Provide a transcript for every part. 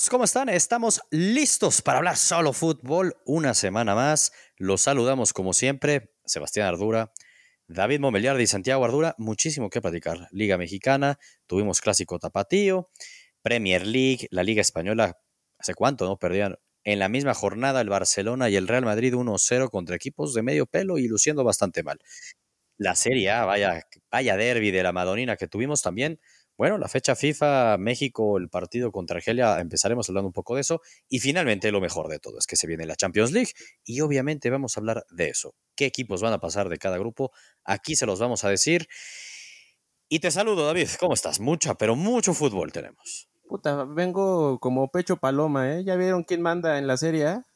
Amigos, ¿cómo están? Estamos listos para hablar solo fútbol una semana más. Los saludamos como siempre, Sebastián Ardura, David Momeliardi y Santiago Ardura. Muchísimo que platicar. Liga Mexicana, tuvimos Clásico Tapatío, Premier League, la Liga Española. ¿Hace cuánto no perdían? En la misma jornada el Barcelona y el Real Madrid 1-0 contra equipos de medio pelo y luciendo bastante mal. La Serie A, vaya derbi de la Madonina que tuvimos también. Bueno, la fecha FIFA, México, el partido contra Argelia, empezaremos hablando un poco de eso. Y finalmente, lo mejor de todo es que se viene la Champions League y obviamente vamos a hablar de eso. ¿Qué equipos van a pasar de cada grupo? Aquí se los vamos a decir. Y te saludo, David. ¿Cómo estás? Pero mucho fútbol tenemos. Puta, vengo como pecho paloma, ¿eh? ¿Ya vieron quién manda en la Serie A?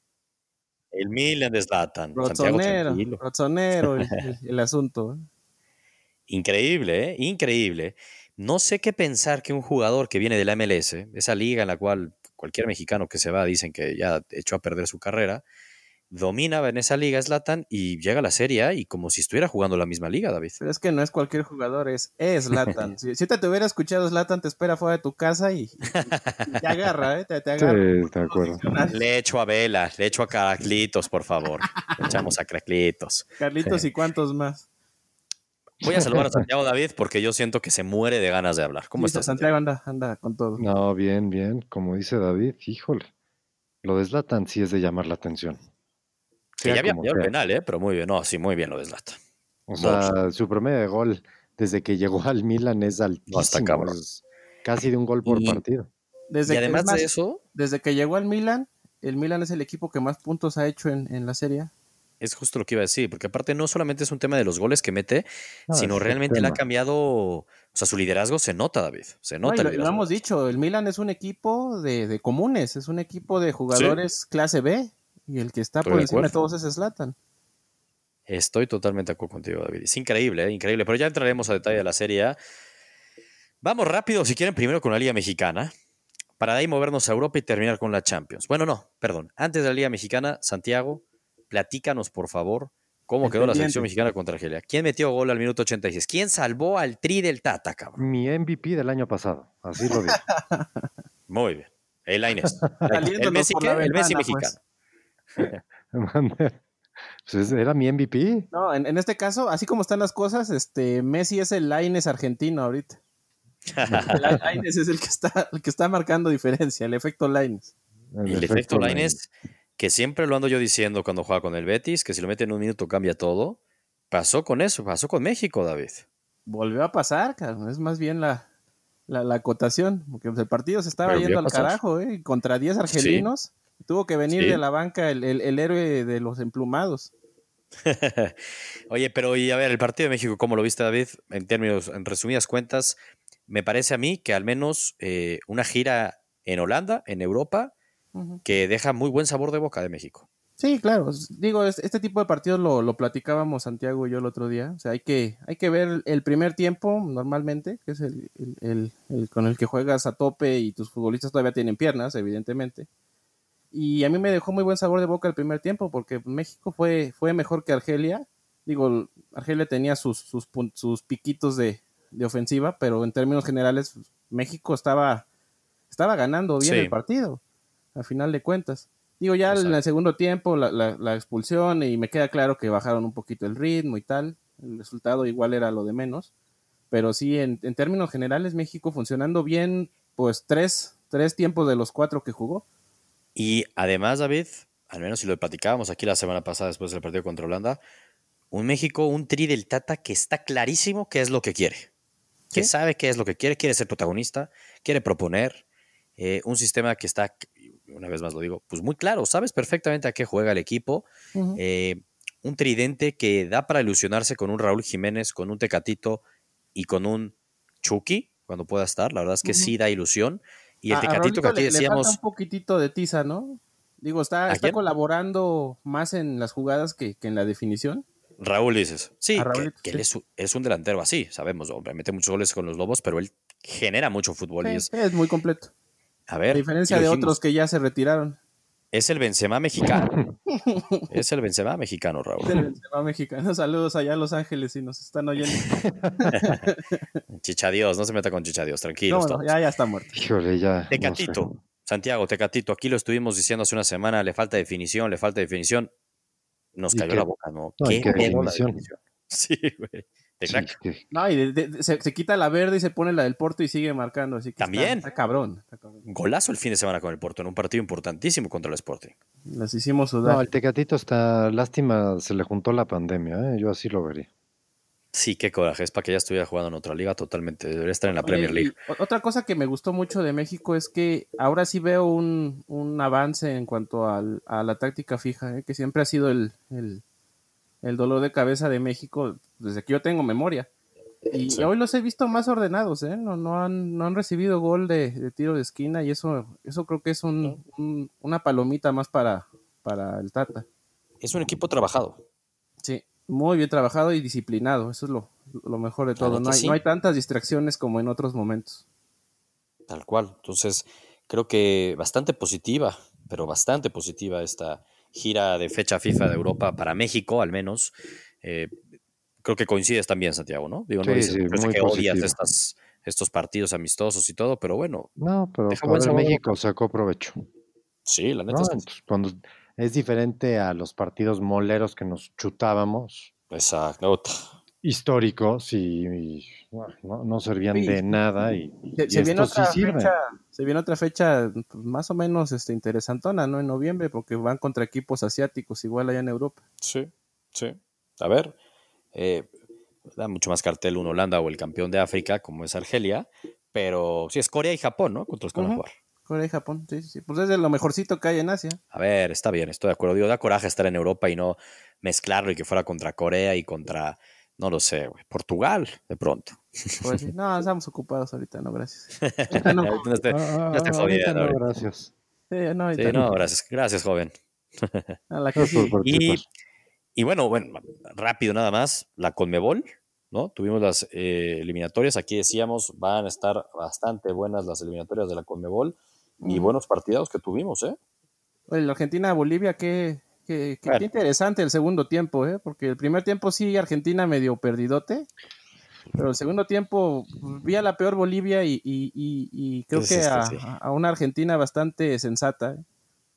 El Milan de Zlatan. Santiago, tranquilo. Rozzonero el asunto. Increíble, ¿eh? Increíble. No sé qué pensar que un jugador que viene de la MLS, esa liga en la cual cualquier mexicano que se va dicen que ya echó a perder su carrera, dominaba en esa liga Zlatan y llega a la Serie A y como si estuviera jugando la misma liga, David. Pero es que no es cualquier jugador, es Zlatan. Si te hubiera escuchado, Zlatan te espera fuera de tu casa y te agarra, ¿eh? Te agarra. Sí, de acuerdo. Le echo a Vela, le echo a Caraclitos, por favor. Le echamos a Caraclitos. Carlitos y cuántos más. Voy a saludar a Santiago, David, porque yo siento que se muere de ganas de hablar. ¿Cómo estás, Santiago? Anda con todo. No, bien, bien. Como dice David, híjole. Lo de Zlatan sí es de llamar la atención. Que ya había como fallado el sea. penal, ¿eh? Pero muy bien. No, sí, muy bien lo de Zlatan. O sea, su promedio de gol desde que llegó al Milan es altísimo. está cabrón. Es casi de un gol por partido. Y además de eso, desde que llegó al Milan, el Milan es el equipo que más puntos ha hecho en la Serie. es justo lo que iba a decir, porque aparte no solamente es un tema de los goles que mete, sino realmente le ha cambiado, o sea, su liderazgo se nota, David, se nota. No, lo hemos dicho, el Milan es un equipo de comunes, es un equipo de jugadores clase B, y el que está por encima de todos es Zlatan. Estoy totalmente de acuerdo contigo, David. Es increíble, increíble, pero ya entraremos a detalle de la Serie A. Vamos rápido, si quieren, primero con la Liga Mexicana, para de ahí movernos a Europa y terminar con la Champions. Bueno, no, perdón, antes de la Liga Mexicana, Santiago, platícanos, por favor, cómo quedó la selección mexicana contra Argelia. ¿Quién metió gol al minuto 86? ¿Quién salvó al Tri del Tata, cabrón? Mi MVP del año pasado, así lo digo. Muy bien. El Lainez. ¿El Messi qué? El Messi mexicano. Pues era mi MVP. No, en este caso, así como están las cosas, Messi es el Lainez argentino ahorita. Lainez es el que está marcando diferencia, el efecto Lainez. El efecto Lainez, que siempre lo ando yo diciendo cuando juega con el Betis, que si lo mete en un minuto cambia todo. Pasó con eso, pasó con México, David. Volvió a pasar, cabrón. Es más bien la acotación, porque el partido se estaba yendo al carajo, contra 10 argelinos. Sí. Tuvo que venir de la banca el héroe de los emplumados. Oye, pero y a ver, el partido de México, ¿cómo lo viste, David? En resumidas cuentas, me parece a mí que al menos una gira en Holanda, en Europa, que deja muy buen sabor de boca de México. Sí, claro. Digo, este tipo de partidos lo platicábamos Santiago y yo el otro día. O sea, hay que ver el primer tiempo normalmente, que es el con el que juegas a tope y tus futbolistas todavía tienen piernas, evidentemente. Y a mí me dejó muy buen sabor de boca el primer tiempo porque México fue mejor que Argelia. Digo, Argelia tenía sus piquitos de ofensiva, pero en términos generales México estaba ganando bien el partido, a final de cuentas. Digo, ya en el segundo tiempo la expulsión y me queda claro que bajaron un poquito el ritmo y tal. El resultado igual era lo de menos. Pero sí, en términos generales, México funcionando bien, pues tres tiempos de los 4 que jugó. Y además, David, al menos si lo platicábamos aquí la semana pasada después del partido contra Holanda, un México, un Tri del Tata que está clarísimo qué es lo que quiere. ¿Sí? Que sabe qué es lo que quiere ser protagonista, quiere proponer un sistema que está, una vez más lo digo, pues muy claro, sabes perfectamente a qué juega el equipo, un tridente que da para ilusionarse con un Raúl Jiménez, con un Tecatito y con un Chucky, cuando pueda estar, la verdad es que sí da ilusión. Y el Tecatito que aquí decíamos... Le falta un poquitito de tiza, ¿no? Digo, está colaborando más en las jugadas que en la definición. Raúl dices. Sí, que él es un delantero así, sabemos, hombre, mete muchos goles con los Lobos, pero él genera mucho fútbol. Sí, es muy completo. A ver, a diferencia de otros que ya se retiraron. Es el Benzema mexicano. Es el Benzema mexicano, Raúl. Es el Benzema mexicano. Saludos allá a Los Ángeles si nos están oyendo. Chichadios, no se meta con Chichadios, tranquilos. No, ya está muerto. Híjole, ya. Tecatito. No sé. Santiago, Tecatito, aquí lo estuvimos diciendo hace una semana, le falta definición. Nos ¿Y cayó qué? la boca, ¿no? No, ¿y ¿Qué qué pedo la definición? definición? Sí, güey. De Sí, crack. No, y se quita la verde y se pone la del Porto y sigue marcando, así que También. está cabrón. Golazo el fin de semana con el Porto en un partido importantísimo contra el Sporting. Las hicimos No, sudar. el Tecatito está, lástima, se le juntó la pandemia, ¿eh? Yo así lo vería. Sí, qué coraje. Es para que ya estuviera jugando en otra liga totalmente. Debería estar en la Oye, Premier League. y otra cosa que me gustó mucho de México es que ahora sí veo un avance en cuanto a la táctica fija, que siempre ha sido el dolor de cabeza de México desde que yo tengo memoria. Y Sí. hoy los he visto más ordenados, ¿eh? No han recibido gol de tiro de esquina y eso creo que es una palomita más para el Tata. Es un equipo trabajado. Sí, muy bien trabajado y disciplinado, eso es lo mejor de La todo. neta, sí. No hay tantas distracciones como en otros momentos. Tal cual. Entonces, creo que bastante positiva, pero bastante positiva esta gira de fecha FIFA de Europa para México, al menos. Creo que coincides también, Santiago, ¿no? Digo, no Sí, dices, sí, yo sé muy que odias positivo. estos partidos amistosos y todo, pero bueno, No, pero deja a buen ver, sabor de boca. México sacó provecho, Sí, la neta ¿no? es que sí. Entonces, cuando es diferente a los partidos moleros que nos chutábamos, Exacto. históricos y, bueno, no servían Oye, de nada y se viene estos sí otra fecha, sirven. pues, más o menos interesantona, ¿no? En noviembre, porque van contra equipos asiáticos, igual allá en Europa. Sí, sí. A ver, eh, da mucho más cartel un Holanda o el campeón de África, como es Argelia, pero sí es Corea y Japón, ¿no? Contra los que van a Ujú. jugar. Corea y Japón, sí, sí, sí. Pues es de lo mejorcito que hay en Asia. A ver, está bien, estoy de acuerdo. Digo, da coraje estar en Europa y no mezclarlo y que fuera contra Corea y contra, no lo sé, güey, Portugal, de pronto. Pues sí, no, estamos ocupados ahorita, no, gracias. Ahorita no, Ahorita no estoy Ahorita jodiendo no, ahorita. gracias. sí, no, Sí, ahorita no. no, gracias, gracias, joven. A la que Gracias por sigue. participar. Y bueno, rápido nada más, la Conmebol, ¿no? Tuvimos las eliminatorias, aquí decíamos, van a estar bastante buenas las eliminatorias de la Conmebol y buenos partidos que tuvimos, ¿eh? Oye, la Argentina-Bolivia, qué Bueno, interesante el segundo tiempo, ¿eh? Porque el primer tiempo sí, Argentina medio perdidote, pero el segundo tiempo pues, vi a la peor Bolivia y creo que sí. a una Argentina bastante sensata. ¿Eh?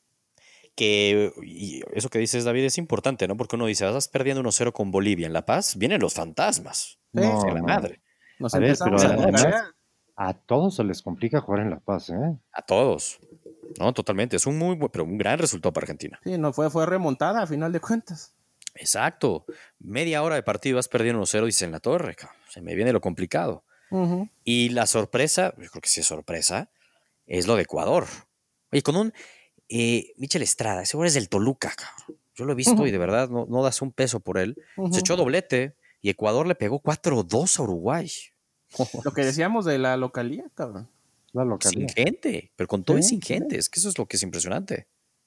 Y eso que dices, David, es importante, ¿no? Porque uno dice, vas perdiendo 1-0 con Bolivia en La Paz, vienen los fantasmas. Sí, Sí, No, la no. madre. nos A ver, pero empezamos a además cucarear. a todos se les complica jugar en La Paz, ¿eh? A todos. No, totalmente. Es un pero un gran resultado para Argentina. Sí, no fue remontada a final de cuentas. Exacto. Media hora de partido vas perdiendo 1-0 y dices en la torre, cabrón. Se me viene lo complicado. Uh-huh. Y la sorpresa, yo creo que sí es sorpresa, es lo de Ecuador. Oye, con un Michel Estrada, ese güey es del Toluca, cabrón. Yo lo he visto y de verdad no das un peso por él. Se echó doblete y Ecuador le pegó 4-2 a Uruguay. Lo que decíamos de la localía, cabrón. La Sin localidad. gente, pero con todo y Sí, sin gente. Es que eso es lo que es impresionante.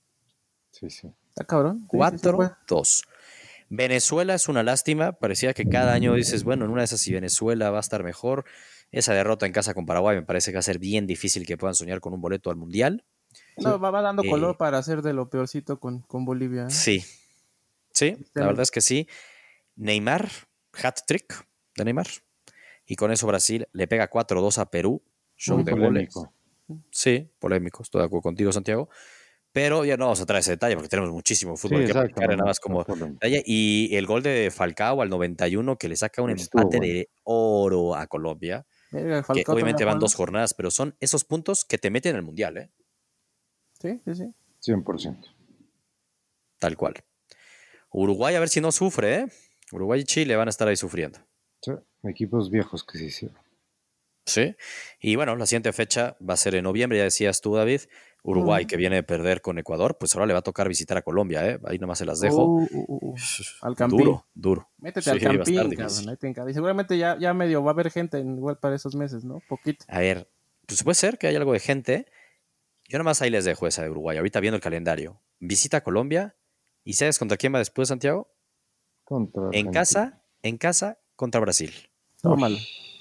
Sí, sí. está cabrón. Sí, fue. 4-2. Venezuela es una lástima. Parecía que cada año dices, bueno, en una de esas si Venezuela va a estar mejor. Esa derrota en casa con Paraguay me parece que va a ser bien difícil que puedan soñar con un boleto al Mundial. No, va dando color Eh, para hacer de lo peorcito con Bolivia. sí, sí, la verdad es que sí. Neymar, hat-trick de Neymar. Y con eso Brasil le pega 4-2 a Perú. Show Muy de goles. polémico. Sí, polémico. Estoy de acuerdo contigo, Santiago. Pero ya no vamos a traer ese detalle porque tenemos muchísimo Sí, fútbol que exacto, platicar, nada más no como polémico. detalle. Y el gol de Falcao al 91 que le saca un Estuvo empate bueno. de oro a Colombia, Verga, que Falcao todavía obviamente van juega. 2 jornadas, pero son esos puntos que te meten en el Mundial, ¿eh? Sí, sí, sí. 100%. Tal cual. Uruguay a ver si no sufre, ¿eh? Uruguay y Chile van a estar ahí sufriendo. Sí, equipos viejos que se hicieron. Sí. Y bueno, la siguiente fecha va a ser en noviembre, ya decías tú, David. Uruguay, que viene de perder con Ecuador, pues ahora le va a tocar visitar a Colombia, ¿eh? Ahí nomás se las dejo. Al Campín. Duro. Métete al Sí, va a estar Campín, cabrón. difícil. Ahí te encargo. Y seguramente ya medio va a haber gente igual para esos meses, ¿no? Poquito. A ver, pues puede ser que haya algo de gente. Yo nomás ahí les dejo esa de Uruguay. Ahorita viendo el calendario. Visita a Colombia. ¿Y sabes contra quién va después, Santiago? Contra Argentina. En casa, contra Brasil. Tómalo.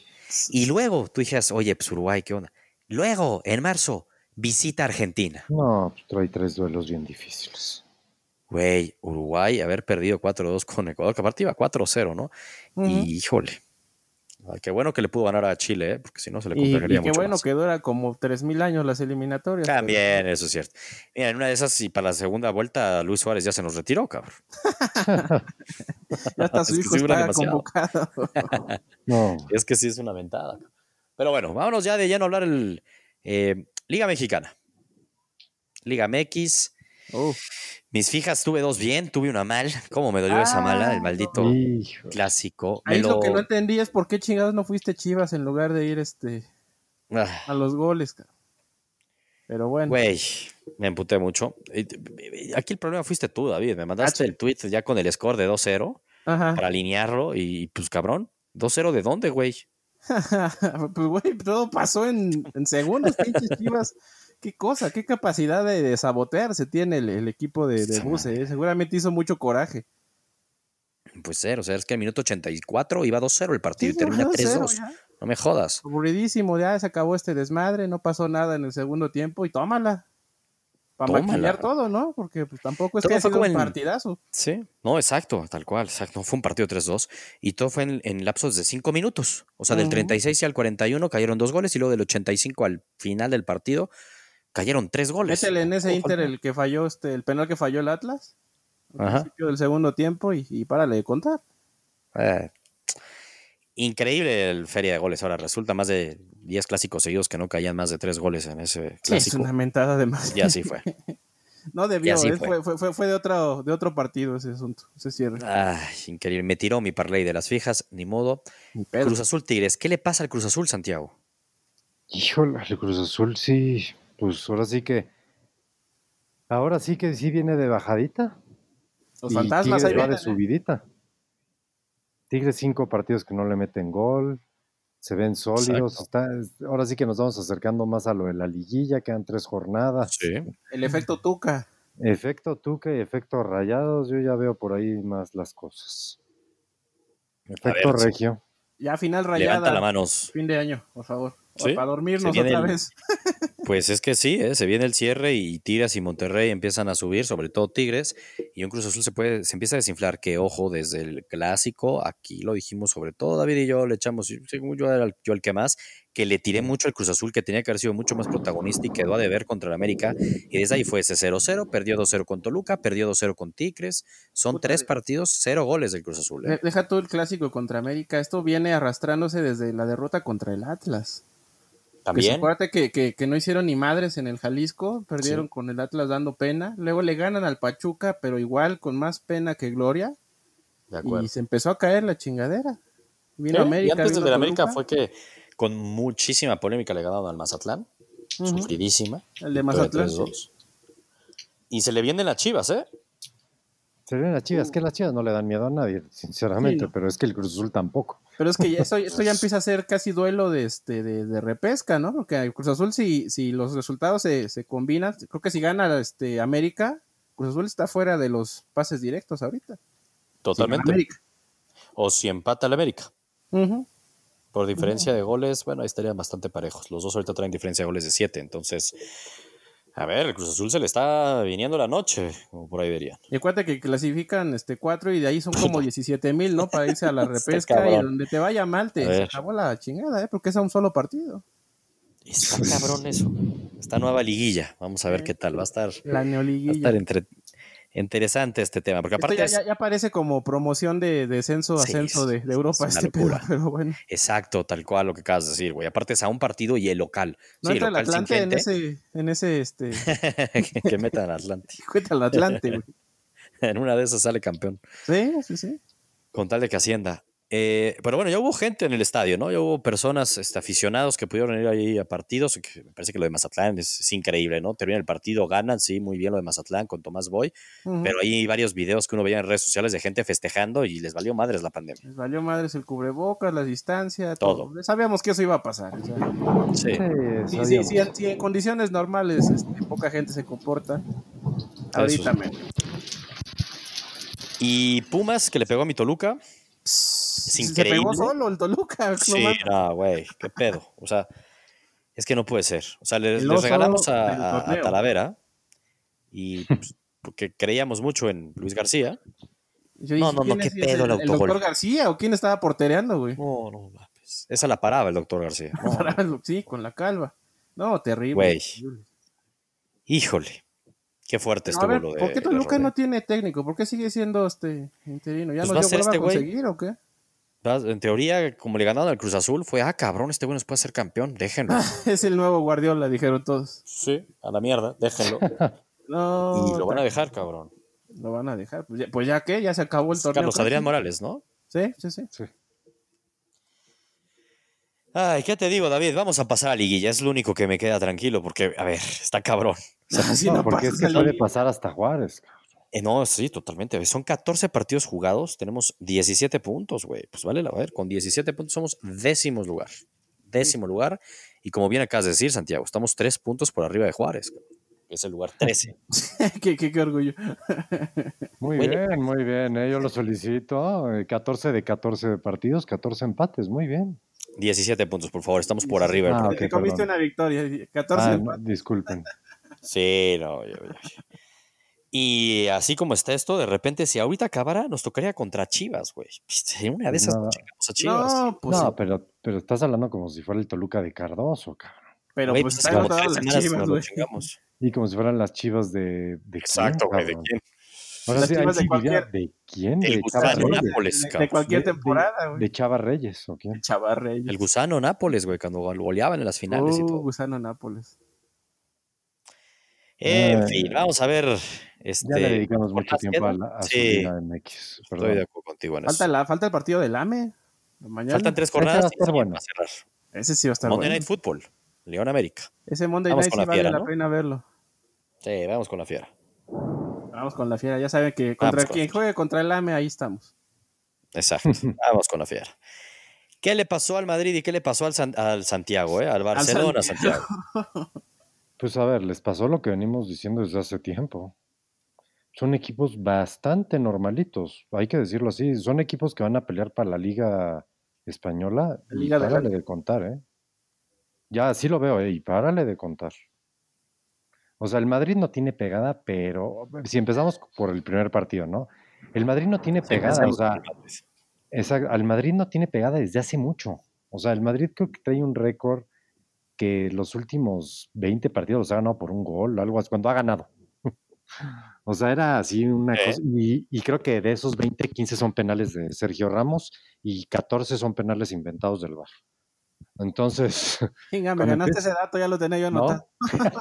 Y luego tú dijeras, oye, pues Uruguay, ¿qué onda? Luego, en marzo, visita a Argentina. No, pues trae 3 duelos bien difíciles. Güey, Uruguay haber perdido 4-2 con Ecuador, que aparte iba 4-0, ¿no? Y híjole, Qué bueno que le pudo ganar a Chile, porque si no se le Y complicaría qué mucho bueno más. que dura como 3,000 años las eliminatorias. También, eso es cierto. Mira, en una de esas, y para la segunda vuelta, Luis Suárez ya se nos retiró, cabrón. Ya hasta su Es que hijo sí duran está demasiado. convocado. No, Es que sí es una ventada. Pero bueno, vámonos ya de lleno a hablar el Liga Mexicana. Liga MX. Uf. Mis fijas, tuve 2 bien, tuve una mal. ¿Cómo me dolió esa mala? El No. maldito hijo. clásico. Ahí lo que no entendí es por qué chingados no fuiste Chivas en lugar de ir a los goles, cara. Pero bueno. Güey, me emputé mucho. Aquí el problema fuiste tú, David. Me mandaste el tweet ya con el score de 2-0 Ajá. para alinearlo y pues cabrón. ¿2-0 de dónde, güey? Pues güey, todo pasó en segundos, pinches Chivas. Qué cosa, qué capacidad de sabotear se tiene el equipo de Buse, ¿eh? Seguramente hizo mucho coraje. Pues 0, o sea, es que al minuto 84 iba 2-0 el partido Sí, y termina 2-0 3-2. ya. No me jodas. Aburridísimo, ya se acabó este desmadre, no pasó nada en el segundo tiempo y tómala. Para maquillar todo, ¿no? Porque pues tampoco es todo que haya fue sido como un partidazo. Sí, no, exacto, tal cual, exacto. Fue un partido 3-2 y todo fue en lapsos de 5 minutos. O sea, del 36 al 41 cayeron 2 goles y luego del 85 al final del partido cayeron 3 goles. Métele en ese Inter Ojalá. el que falló, el penal que falló el Atlas al Ajá. principio del segundo tiempo y párale de contar. Increíble el feria de goles. Ahora resulta más de 10 clásicos seguidos que no caían más de 3 goles en ese Sí, es clásico. una mentada de más. Y así fue. No debió, Y así fue de otro partido ese asunto, ese cierre. Ay, increíble. Me tiró mi parlay de las fijas, ni modo. Ni pedo. Cruz Azul Tigres. ¿Qué le pasa al Cruz Azul, Santiago? Híjole, el Cruz Azul sí, pues ahora sí que sí viene de bajadita Los y fantasmas ahí Tigres va de vienen, ¿eh? subidita. Tigres 5 partidos que no le meten gol, se ven sólidos. Ahora sí que nos vamos acercando más a lo de la liguilla, quedan 3 jornadas. Sí. El efecto Tuca. Efecto Tuca y efecto Rayados, yo ya veo por ahí más las cosas. Efecto ver, sí. Regio. Ya final rayada. Levanta la manos. Fin de año, por favor. Sí, Para dormirnos otra vez. Pues es que sí, se viene el cierre y Tigres y Monterrey empiezan a subir, sobre todo Tigres, y un Cruz Azul se empieza a desinflar, que ojo, desde el clásico, aquí lo dijimos, sobre todo David y yo le echamos, según yo era yo el que más, que le tiré mucho al Cruz Azul, que tenía que haber sido mucho más protagonista y quedó a deber contra el América, y desde ahí fue ese 0-0, perdió 2-0 con Toluca, perdió 2-0 con Tigres, son 3 partidos, 0 goles del Cruz Azul. Deja todo el clásico contra América, esto viene arrastrándose desde la derrota contra el Atlas. También. Acuérdate que no hicieron ni madres en el Jalisco, perdieron con el Atlas dando pena, luego le ganan al Pachuca, pero igual con más pena que gloria, y se empezó a caer la chingadera. Vino América, y antes vino de América Toluca. fue que con muchísima polémica le ganaron al Mazatlán, sufridísima. El de Mazatlán. Y se le vienen las Chivas, ¿eh? Se ven las Chivas, que las Chivas no le dan miedo a nadie, sinceramente, Sí, no. pero es que el Cruz Azul tampoco. Pero es que esto ya empieza a ser casi duelo de repesca, ¿no? Porque el Cruz Azul, si los resultados se combinan, creo que si gana América, Cruz Azul está fuera de los pases directos ahorita. Totalmente. O si empata el América. Por diferencia de goles, bueno, ahí estarían bastante parejos. Los dos ahorita traen diferencia de goles de 7, entonces... A ver, el Cruz Azul se le está viniendo la noche, como por ahí verían. Y acuérdate que clasifican 4 y de ahí son como 17,000, ¿no? Para irse a la repesca y donde te vaya mal se acabó la chingada, porque es a un solo partido. Está cabrón eso. Esta nueva liguilla. Vamos a ver qué tal. Va a estar. La neoliguilla. Va a estar interesante este tema. Porque aparte ya parece como promoción de descenso, ascenso de Europa este pedo, pero bueno. Exacto, tal cual lo que acabas de decir, güey. Aparte es a un partido y el local. No entra el Atlante en ese que metan al Atlante. Cuenta el Atlante, güey. En una de esas sale campeón. Sí. Con tal de que ascienda. Pero bueno, ya hubo gente en el estadio, ¿no? Ya hubo personas, aficionados que pudieron ir ahí a partidos. Que me parece que lo de Mazatlán es increíble, ¿no? Termina el partido, ganan, sí, muy bien lo de Mazatlán con Tomás Boy. Pero hay varios videos que uno veía en redes sociales de gente festejando y les valió madres la pandemia. Les valió madres el cubrebocas, la distancia, todo. Sabíamos que eso iba a pasar. O sea, sí, en condiciones normales poca gente se comporta. Ahorita menos. Y Pumas, que le pegó a mi Toluca. Es increíble. Se pegó solo el Toluca. Sí, no, güey, qué pedo. O sea, es que no puede ser. O sea, les regalamos a Talavera y pues, porque creíamos mucho en Luis García. Yo dije, no, qué pedo el autogol. ¿El doctor García o quién estaba portereando, güey? No, Esa la paraba el doctor García. No, Sí, con la calva. No, terrible. güey. Híjole. Qué fuerte No, a estuvo ver, lo de ¿por qué la Toluca Rodríguez. no tiene técnico? ¿Por qué sigue siendo interino? ¿Ya Pues nos va a dio ser hueva a este güey. conseguir o qué? En teoría, como le ganaron al Cruz Azul, fue, cabrón, este güey nos puede ser campeón, déjenlo. Es el nuevo Guardiola, dijeron todos. Sí, a la mierda, déjenlo. Y No, lo van a dejar, cabrón. lo van a dejar. Pues ya que, ya se acabó el Es torneo. Carlos casi. Adrián Morales, ¿no? Sí. Sí. Ay, ¿qué te digo, David? Vamos a pasar a liguilla. Es lo único que me queda tranquilo porque, a ver, está cabrón. Así No, no porque pasa es que la puede liga. pasar hasta Juárez. No, sí, totalmente. Son 14 partidos jugados, tenemos 17 puntos, güey. Pues vale, a ver, con 17 puntos somos décimo lugar. Décimo lugar. Y como bien acabas de decir, Santiago, estamos 3 puntos por arriba de Juárez, que es el lugar 13. qué orgullo. Muy Güey, bien, muy bien. Yo lo solicito. 14 de 14 partidos, 14 empates. Muy bien. 17 puntos, por favor. Estamos por arriba del Ah, Te ok, comiste perdón. una victoria. 14 empates. Disculpen. Sí, no. Y así como está esto, de repente, si ahorita acabara, nos tocaría contra Chivas, güey. En una de esas nos chingamos a Chivas. No, pues No, sí. pero estás hablando como si fuera el Toluca de Cardoso, cabrón. Pero Güey, pues pues hace está como todas 3 las semanas Chivas, nos lo güey. chingamos. Y como si fueran las Chivas de Exacto, quién, güey, ¿de cabrón. quién? Ahora Las sí, ahí Chivas de sí diría, cualquier- ¿de quién? El De Chava gusano Reyes. Nápoles, de cabrón. cualquier temporada, güey. De Chava Reyes, ¿o quién? El Chavarrey. El gusano Nápoles, güey, cuando goleaban en las finales y todo. Gusano Nápoles. En fin, vamos a ver. Ya le dedicamos mucho ¿Jornadas tiempo quedan? a su Sí, Liga MX. estoy Perdón. de acuerdo contigo en eso. Falta el partido del AME. Mañana. Faltan 3 Ese va jornadas a y estar sí, bueno. para cerrar. Ese sí va a estar Monday bueno. Night Football, León América. Ese Monday Vamos Night con sí la vale fiera, la ¿no? pena verlo. Sí, vamos con la fiera. Vamos con la fiera. Ya saben que contra Vamos con quien la juegue contra el AME, ahí estamos. Exacto. Vamos con la fiera. ¿Qué le pasó al Madrid y qué le pasó al Santiago, Al Barcelona, Santiago. Pues a ver, les pasó lo que venimos diciendo desde hace tiempo. Son equipos bastante normalitos, hay que decirlo así. Son equipos que van a pelear para la Liga Española La y Liga de párale Oro. de contar, ¿eh? Ya, así lo veo, ¿eh? Y párale de contar. O sea, el Madrid no tiene pegada, pero si empezamos por el primer partido, ¿no? El Madrid no tiene Sí, pegada, o empecemos con sea, el Madrid. al Madrid no tiene pegada desde hace mucho. O sea, el Madrid creo que trae un récord que los últimos 20 partidos los ha ganado por un gol, algo así, cuando ha ganado. O sea, era así una cosa. Y creo que de esos 20, 15 son penales de Sergio Ramos y 14 son penales inventados del VAR. Entonces, Venga, me cuando ganaste empieza- ese dato, ya lo tenía yo ¿no? anotado.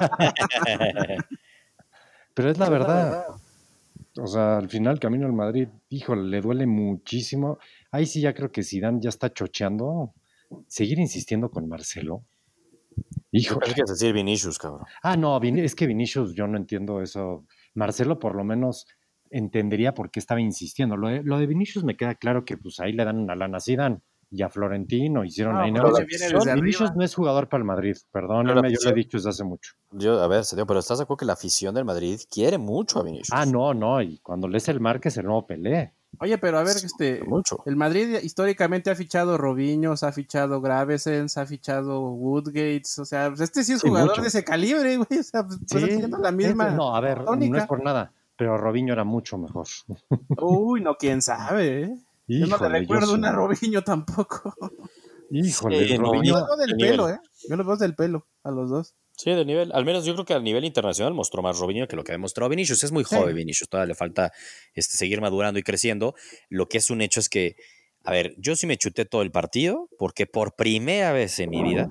Pero es la verdad. O sea, al final, camino al Madrid, híjole, le duele muchísimo. Ahí sí ya creo que Zidane ya está chocheando. Seguir insistiendo con Marcelo. Yo Híjole. pensé que ibas a decir Vinicius, cabrón. No, es que Vinicius, yo no entiendo eso. Marcelo por lo menos entendería por qué estaba insistiendo. Lo de Vinicius me queda claro que pues ahí le dan una lana a Zidane y a Florentino, hicieron ahí pero negocio. viene desde Vinicius arriba. no es jugador para el Madrid, perdónenme, yo lo he dicho desde hace mucho. A ver, Santiago, pero ¿estás de acuerdo que la afición del Madrid quiere mucho a Vinicius? No, y cuando lees el Márquez, el nuevo Pelé. Oye, pero a ver, mucho. el Madrid históricamente ha fichado Robinhos, ha fichado Gravesens, ha fichado Woodgates, o sea, sí es jugador mucho. de ese calibre, güey, o sea, pues haciendo la misma No, a ver, tónica. no es por nada, pero Robinho era mucho mejor. Uy, no, quién sabe, ¿eh? Yo no le recuerdo una Robinho tampoco. Híjole, Sí, Robinho. Yo lo veo del pelo, ¿eh? Yo lo veo del pelo a los dos. Sí, del nivel. Al menos yo creo que a nivel internacional mostró más Robinho que lo que ha demostrado Vinicius. Es muy joven Vinicius, todavía le falta seguir madurando y creciendo. Lo que es un hecho es que, a ver, yo sí me chuté todo el partido porque por primera vez en mi vida,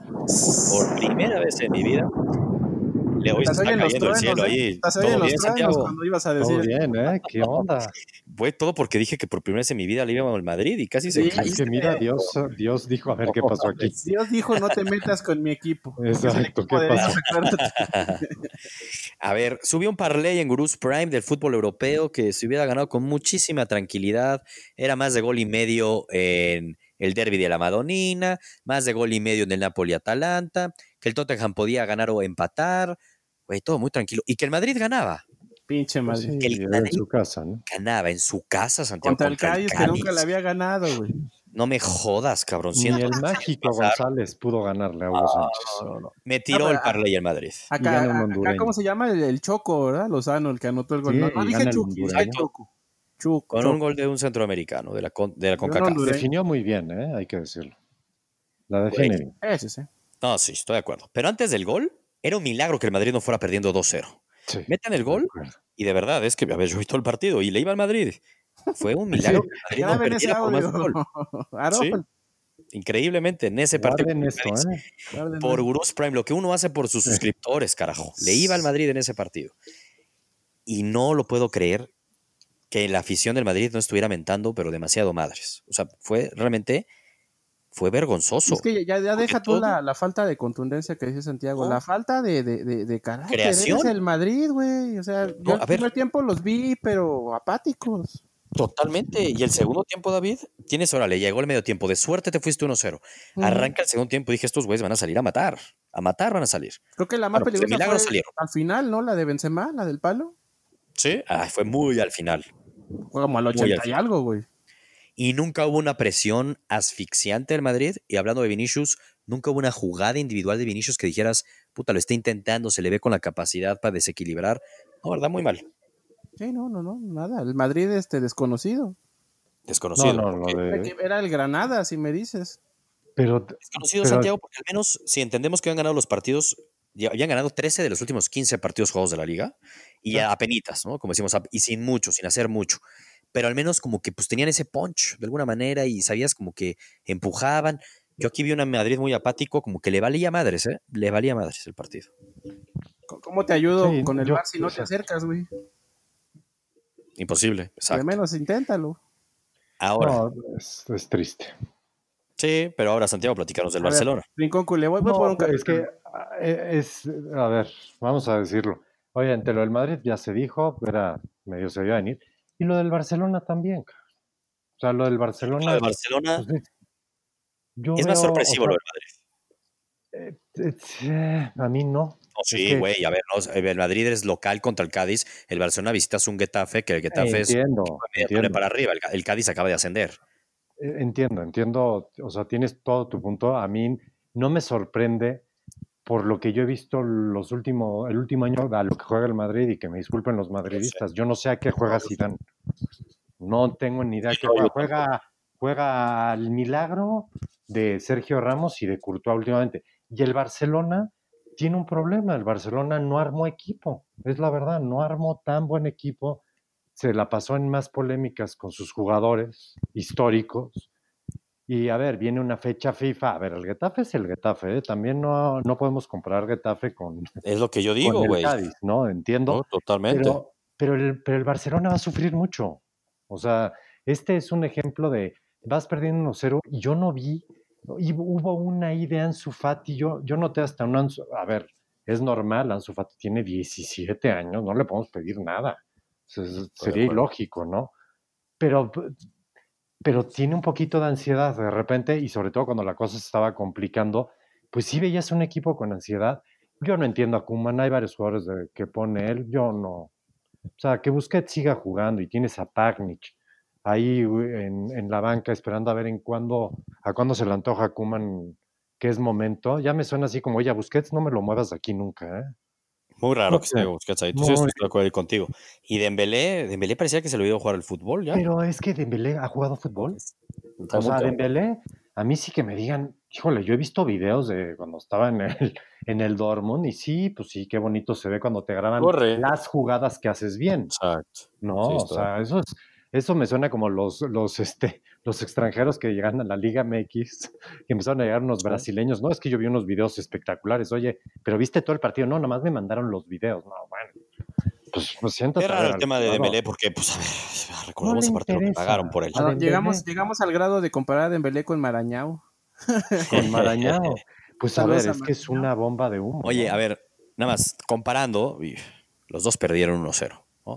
le hoy se está cayendo el cielo ahí. ¿Todo bien, Santiago? Cuando ibas a decir todo bien, ¿eh? ¿Qué onda? Fue todo porque dije que por primera vez en mi vida le iba al Madrid y casi se cae. Es que mira, Dios dijo, a ver qué pasó aquí. Dios dijo, no te metas con mi equipo. Exacto, ¿qué pasó? A ver, subió un parlay en Gurús Prime del fútbol europeo que se hubiera ganado con muchísima tranquilidad. Era más de gol y medio en el derbi de la Madonina, más de gol y medio en el Napoli-Atalanta, que el Tottenham podía ganar o empatar. Güey, todo muy tranquilo. Y que el Madrid ganaba. Pinche Madrid. Sí, que el Madrid en su casa, ¿no? ganaba en su casa, Santiago. Contra el Cádiz, que nunca le había ganado, güey. No me jodas, cabrón. Ni el mágico González pudo ganarle a Hugo Sánchez. No. Me tiró el parlay el Madrid. Acá, ¿cómo se llama? El Choco, ¿verdad? Lozano, el que anotó el gol. Sí, no dije Chucky, Con un gol de un centroamericano, de la CONCACAF. Definió muy bien, hay que decirlo. La de Güey. Henry. Sí. No, sí, estoy de acuerdo. Pero antes del gol, era un milagro que el Madrid no fuera perdiendo 2-0. Sí, Metan el de gol acuerdo. y de verdad es que, a ver, yo vi todo el partido y le iba al Madrid. Fue un Sí, milagro que el Madrid no Graben ese perdiera por más de un audio. gol. Sí, Aarón, increíblemente en ese partido. guarden esto, ¿eh? Por guárdenlo. Gurús Prime, lo que uno hace por sus suscriptores, carajo. Le iba al Madrid en ese partido. Y no lo puedo creer que la afición del Madrid no estuviera mentando, pero demasiado madres. O sea, fue vergonzoso. Es que ya Porque deja tú todo, la falta de contundencia que dice Santiago, la no, falta de carácter. Eres creación. el Madrid, güey. O sea, yo No, el a ver, primer tiempo los vi, pero apáticos. totalmente. Y el segundo tiempo, David, tienes, órale, llegó el medio tiempo. De suerte te fuiste 1-0. Mm. Arranca el segundo tiempo y dije, estos güeyes van a salir a matar. A matar van a salir. Creo que la más Bueno, pues de peligrosa milagro fue salieron. al final, ¿no? La de Benzema, la del palo. Sí, fue muy al final. Fue como al Muy al 80 y final. algo, güey. Y nunca hubo una presión asfixiante del Madrid. Y hablando de Vinicius, nunca hubo una jugada individual de Vinicius que dijeras, puta, lo está intentando, se le ve con la capacidad para desequilibrar. No, verdad, muy mal. Sí, no, nada. El Madrid desconocido. No, Desconocido. no, Porque, lo de. Era el Granada, si me dices. Pero, desconocido, pero Santiago, porque al menos si entendemos que han ganado los partidos, ya habían ganado 13 de los últimos 15 partidos jugados de la liga. Y ya apenitas, ¿no? Como decimos, y sin mucho, sin hacer mucho. Pero al menos como que pues tenían ese punch de alguna manera y sabías como que empujaban. Yo aquí vi una Madrid muy apático, como que le valía madres, ¿eh? Le valía madres el partido. ¿Cómo te ayudo sí, con el yo, bar si o no te sea, acercas, güey? Imposible, Al exacto. menos inténtalo. Ahora, no, es triste. sí, pero ahora Santiago, platicanos del A ver, Barcelona. Rincón Culé, voy por No, un pero café es que también. a ver, vamos a decirlo. Oye, entre lo del Madrid ya se dijo, era medio se iba a venir. Y lo del Barcelona también, cara. O sea, lo del Lo de Barcelona, Barcelona pues yo es más veo, o sorpresivo sea, lo del Madrid. a mí no. No, Es sí, que güey, a ver, no, el Madrid es local contra el Cádiz, el Barcelona visitas un Getafe, que el Getafe es entiendo, medio tonel entiendo. para arriba, el Cádiz acaba de ascender. Entiendo, o sea, tienes todo tu punto. A mí no me sorprende por lo que yo he visto el último año a lo que juega el Madrid y que me disculpen los Lo sé, madridistas. Yo no sé a qué no, juega yo sé. Zidane. No tengo ni idea Sí, a qué no, juega. yo tampoco. Juega al milagro de Sergio Ramos y de Courtois últimamente. Y el Barcelona tiene un problema. El Barcelona no armó equipo. Es la verdad, no armó tan buen equipo. Se la pasó en más polémicas con sus jugadores históricos. Y a ver, viene una fecha FIFA. A ver, el Getafe es el Getafe, ¿eh? También no podemos comparar Getafe Es lo que yo con digo, el güey. Cádiz, ¿no? Entiendo, No, totalmente. pero el Barcelona va a sufrir mucho. O sea, este es un ejemplo de vas perdiendo 1-0 y yo no vi, y hubo una ahí de Ansu Fati, yo noté hasta un a ver, es normal, Ansu Fati tiene 17 años, no le podemos pedir nada. Estoy de Sería acuerdo. ilógico, ¿no? Pero, pero tiene un poquito de ansiedad de repente y sobre todo cuando la cosa se estaba complicando, pues sí veías un equipo con ansiedad. Yo no entiendo a Koeman, hay varios jugadores que pone él, yo no. O sea, que Busquets siga jugando y tienes a Pagnic ahí en la banca esperando a ver a cuándo se le antoja a Koeman que es momento. Ya me suena así como, oye, a Busquets no me lo muevas de aquí nunca, ¿eh? Muy No raro que se sé, diga Busquets ahí. Tú sí muy. estoy de acuerdo ahí contigo. Y Dembélé parecía que se le olvidó jugar al fútbol ya. Pero es que Dembélé ha jugado fútbol. Está O muy sea, cabrón. Dembélé, a mí sí que me digan, híjole, yo he visto videos de cuando estaba en el Dortmund y sí, pues sí, qué bonito se ve cuando te graban Corre. las jugadas que haces bien, Exacto. Sí, ¿no? O estoy de sea, acuerdo. eso me suena como los extranjeros que llegan a la Liga MX, que empezaron a llegar unos Sí. brasileños, no, es que yo vi unos videos espectaculares, oye, pero viste todo el partido, no, nomás me mandaron los videos, no, bueno, pues Es siéntate a raro ver el al tema de jugador. Dembélé porque, pues, a ver, No le recordemos aparte lo que pagaron interesa por él. a Bueno, Dembélé llegamos al grado de comparar a Dembélé con Marañao. con Marañao. Pues a ver, Saludos a es que es Marañao. una bomba de humo, Oye, a ¿no? ver, nada más, comparando, los dos perdieron 1-0, ¿no?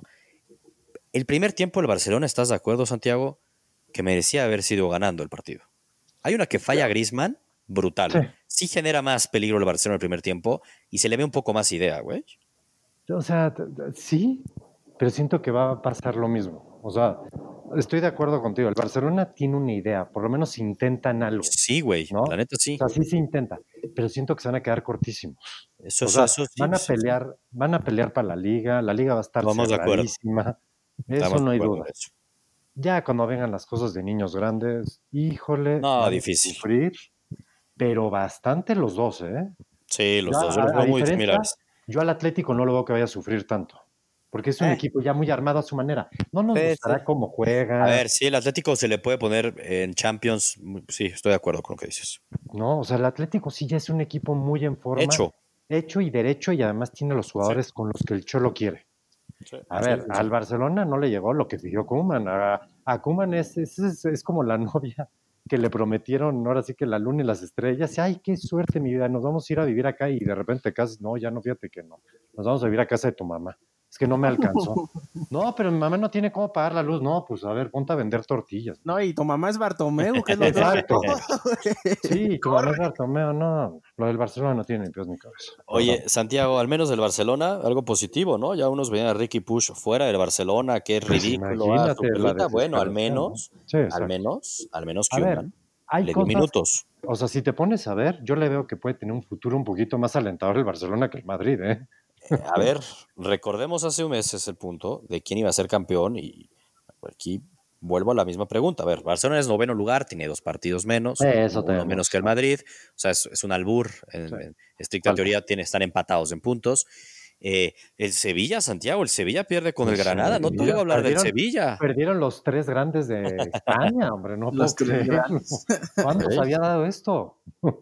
El primer tiempo el Barcelona, ¿estás de acuerdo, Santiago? Que merecía haber sido ganando el partido. Hay una que falla Griezmann, Sí, brutal. Sí genera más peligro el Barcelona el primer tiempo y se le ve un poco más idea, güey. o sea, sí, pero siento que va a pasar lo mismo. O sea, estoy de acuerdo contigo. El Barcelona tiene una idea, por lo menos intentan algo, Sí, güey, ¿no? la neta O sí. sea, sí se intenta, pero siento que se van a quedar cortísimos. Eso, O eso, sea, eso sí, van a sí, sí. pelear para la liga va a estar Estamos de acuerdo. cerradísima, eso Estamos de no hay acuerdo duda. en eso. Ya cuando vengan las cosas de niños grandes, híjole, No, van a difícil. sufrir, pero bastante los dos, ¿eh? Sí, los Yo, dos, yo los veo muy diferencia, similares. yo al Atlético no lo veo que vaya a sufrir tanto, porque es un equipo ya muy armado a su manera. No nos Sí, gustará sí. cómo A juega, ver, sí, el Atlético se le puede poner en Champions. Sí, estoy de acuerdo con lo que dices. ¿no? O sea, el Atlético sí ya es un equipo muy en forma, Hecho. hecho y derecho, y además tiene los Sí, jugadores con los que el Cholo quiere. sí, A sí, ver, sí, al sí. Barcelona no le llegó lo que pidió Koeman. A Koeman es como la novia que le prometieron ahora sí que la luna y las estrellas. Y, ay, qué suerte, mi vida, nos vamos a ir a vivir acá y de repente te casas. No, ya no, fíjate que no. Nos vamos a vivir a casa de tu mamá. Es que no me alcanzó. No, pero mi mamá no tiene cómo pagar la luz. No, pues a ver, ponte a vender tortillas. No, y tu mamá es Bartomeu, que es lo peor de Exacto. todo, güey. Sí, tu mamá es Bartomeu, no. Lo del Barcelona no tiene ni pies ni cabeza. Oye, Perdón. Santiago, al menos del Barcelona, algo positivo, ¿no? Ya unos veían a Ricky Push fuera del Barcelona, qué Pues ridículo, su imagínate la perrita. Bueno, desesperación, ¿no? Sí, exacto. al menos A ver, Koeman hay le dio cosas, minutos. o sea, si te pones a ver, yo le veo que puede tener un futuro un poquito más alentador el Barcelona que el Madrid, ¿eh? A ver, recordemos hace un mes ese el punto de quién iba a ser campeón y aquí vuelvo a la misma pregunta. A ver, Barcelona es noveno lugar, tiene 2 partidos menos, Eso uno menos tenemos. que el Madrid, o sea, es un albur, Sí, en estricta falta. teoría están empatados en puntos. El Sevilla, Santiago, el Sevilla pierde con el Pues Granada, no te oigo hablar del Sevilla. perdieron los tres grandes de España, hombre, no puedo Los tres creerlo. grandes. ¿Cuándo se ¿Eh? había dado esto?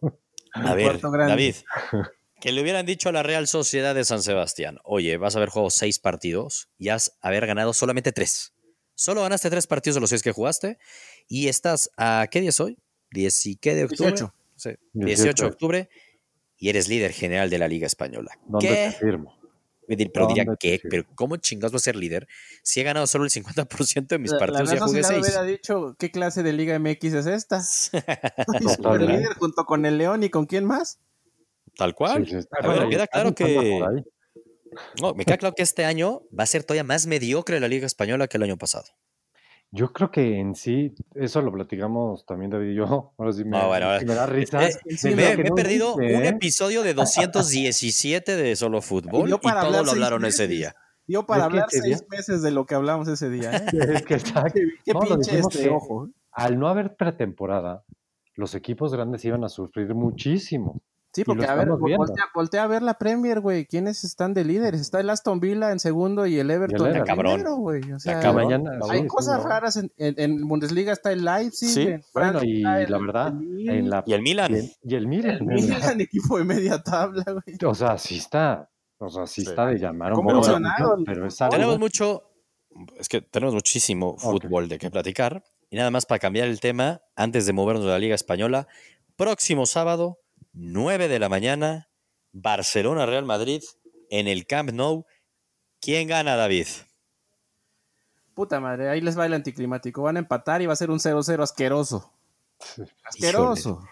A El ver, cuarto grande. David, que le hubieran dicho a la Real Sociedad de San Sebastián, oye, vas a haber jugado 6 partidos y has haber ganado solamente 3. Solo ganaste 3 partidos de los 6 que jugaste y estás a, ¿qué día es hoy? ¿10 y qué de octubre? 18. Sí, 18 de 18. octubre y eres líder general de la Liga Española. ¿Dónde te ¿Qué? firmo? Pero diría, ¿Dónde te ¿qué? firmo? ¿Pero cómo chingados voy a ser líder si he ganado solo el 50% de mis La partidos y Real ya jugué Sociedad 6? hubiera dicho, ¿qué clase de Liga MX es esta? Y super Totalmente. líder junto con el León y con quién más. Tal Sí, cual. sí, está. A Bueno, ver, y el queda claro Cádiz anda por que... ahí. No, me queda claro que este año va a ser todavía más mediocre la Liga Española que el año pasado. Yo creo que en sí, eso lo platicamos también David y yo. Ahora sí No, bueno, sí me da risa. Sí, Decía no. que me he no perdido un viste, ¿eh? episodio de 217 de Solo Y Fútbol dio y para todo hablar lo seis hablaron ese meses. día. Dio para Es que hablar ese día, 6 meses de lo que hablamos ese día, ¿eh? es que está, Qué no, lo pinche dijimos que ojo. al no haber pretemporada, los equipos grandes iban a sufrir muchísimo. Sí, Y lo porque a ver, estamos viendo. voltea a ver la Premier, güey. ¿Quiénes están de líderes? Está el Aston Villa en segundo y el Y el Everton en Está Everton. cabrón. primero, güey. O Está Y sea, cabrón. mañana, hay sí, sí, cosas no. raras en Bundesliga está el Leipzig, Sí. en Bueno, Francia está y la el verdad, en Lille, la Y el Milan. y el Milan, el Milan, equipo de media tabla, güey. o sea, sí Sí. está de llamar un ¿Cómo Pero poco la bueno, emocionado atención, el pero es fútbol? tenemos algo. mucho, es que tenemos muchísimo Ok. fútbol de qué platicar. Y nada más para cambiar el tema, antes de movernos de la Liga Española, próximo sábado, 9 de la mañana, Barcelona-Real Madrid en el Camp Nou. ¿Quién gana, David? Puta madre, ahí les va el anticlimático. Van a empatar y va a ser un 0-0 asqueroso. Híjole, Asqueroso.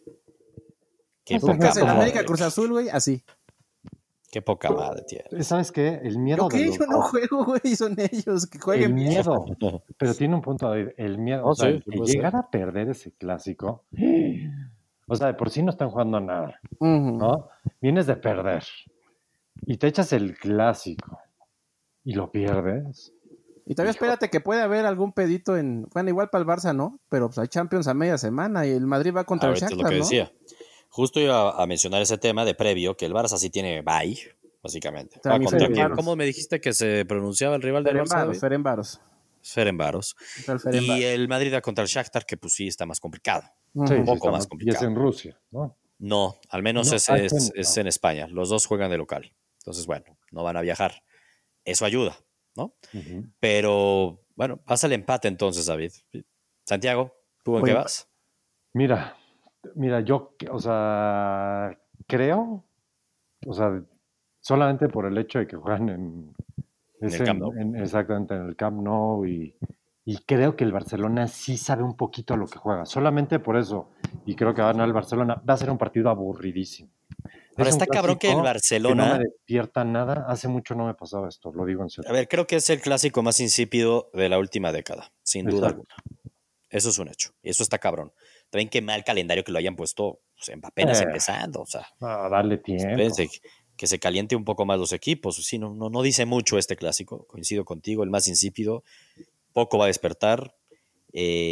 qué ¿Cómo que poca es el América madre, Cruz Azul, güey? Así. qué poca madre tienes. ¿Sabes qué? El ¿Yo miedo de qué? los Yo no dos. juego, güey. Son ellos. Que El jueguen bien. miedo. Pero tiene un punto, David. El miedo, o No, sea, sí, el sí que puede ser. llegara a perder ese clásico. O sea, de por sí no están jugando a nada, Ujú. ¿no? Vienes de perder y te echas el clásico y lo pierdes. Y todavía Hijo, espérate que puede haber algún pedito en. Bueno, igual para el Barça, ¿no? Pero pues hay Champions a media semana y el Madrid va contra el Ahorita es lo Shakhtar, que ¿no? decía. Justo iba a mencionar ese tema de previo, que el Barça sí tiene bye, básicamente. O sea, ¿Va mi contra quién? Ferenbaros. ¿Cómo me dijiste que se pronunciaba el rival del Barça, Ferenbaros, David? Ferenbaros. Ferencváros. Contra el Y Ferenbaros. el Madrid va contra el Shakhtar, que pues sí está más complicado. sí, Un Ujú. sí, poco está más mal. Y es complicado. en Rusia, ¿no? No, al menos No, ese es no. en España. Los dos juegan de local. Entonces, bueno, no van a viajar. Eso ayuda, ¿no? Ujú. Pero, bueno, pasa el empate entonces, David. Santiago, ¿tú en qué Oye, vas? Mira, yo, o sea, creo, o sea, solamente por el hecho de que juegan En el Camp Nou. exactamente en el Camp Nou y creo que el Barcelona sí sabe un poquito a lo que juega, solamente por eso, y creo que va a ganar el Barcelona, va a ser un partido aburridísimo. Ahora, Es un está cabrón que el clásico que no me Barcelona, despierta nada, hace mucho no me pasaba esto, lo digo en a serio. ver, creo que es el clásico más insípido de la última década, sin duda Exacto. alguna. Eso es un hecho. Eso está cabrón. También qué mal calendario que lo hayan puesto pues, apenas empezando. O sea, A darle tiempo. espérense que se caliente un poco más los equipos. Sí, no dice mucho este clásico. Coincido contigo, el más insípido. Poco va a despertar.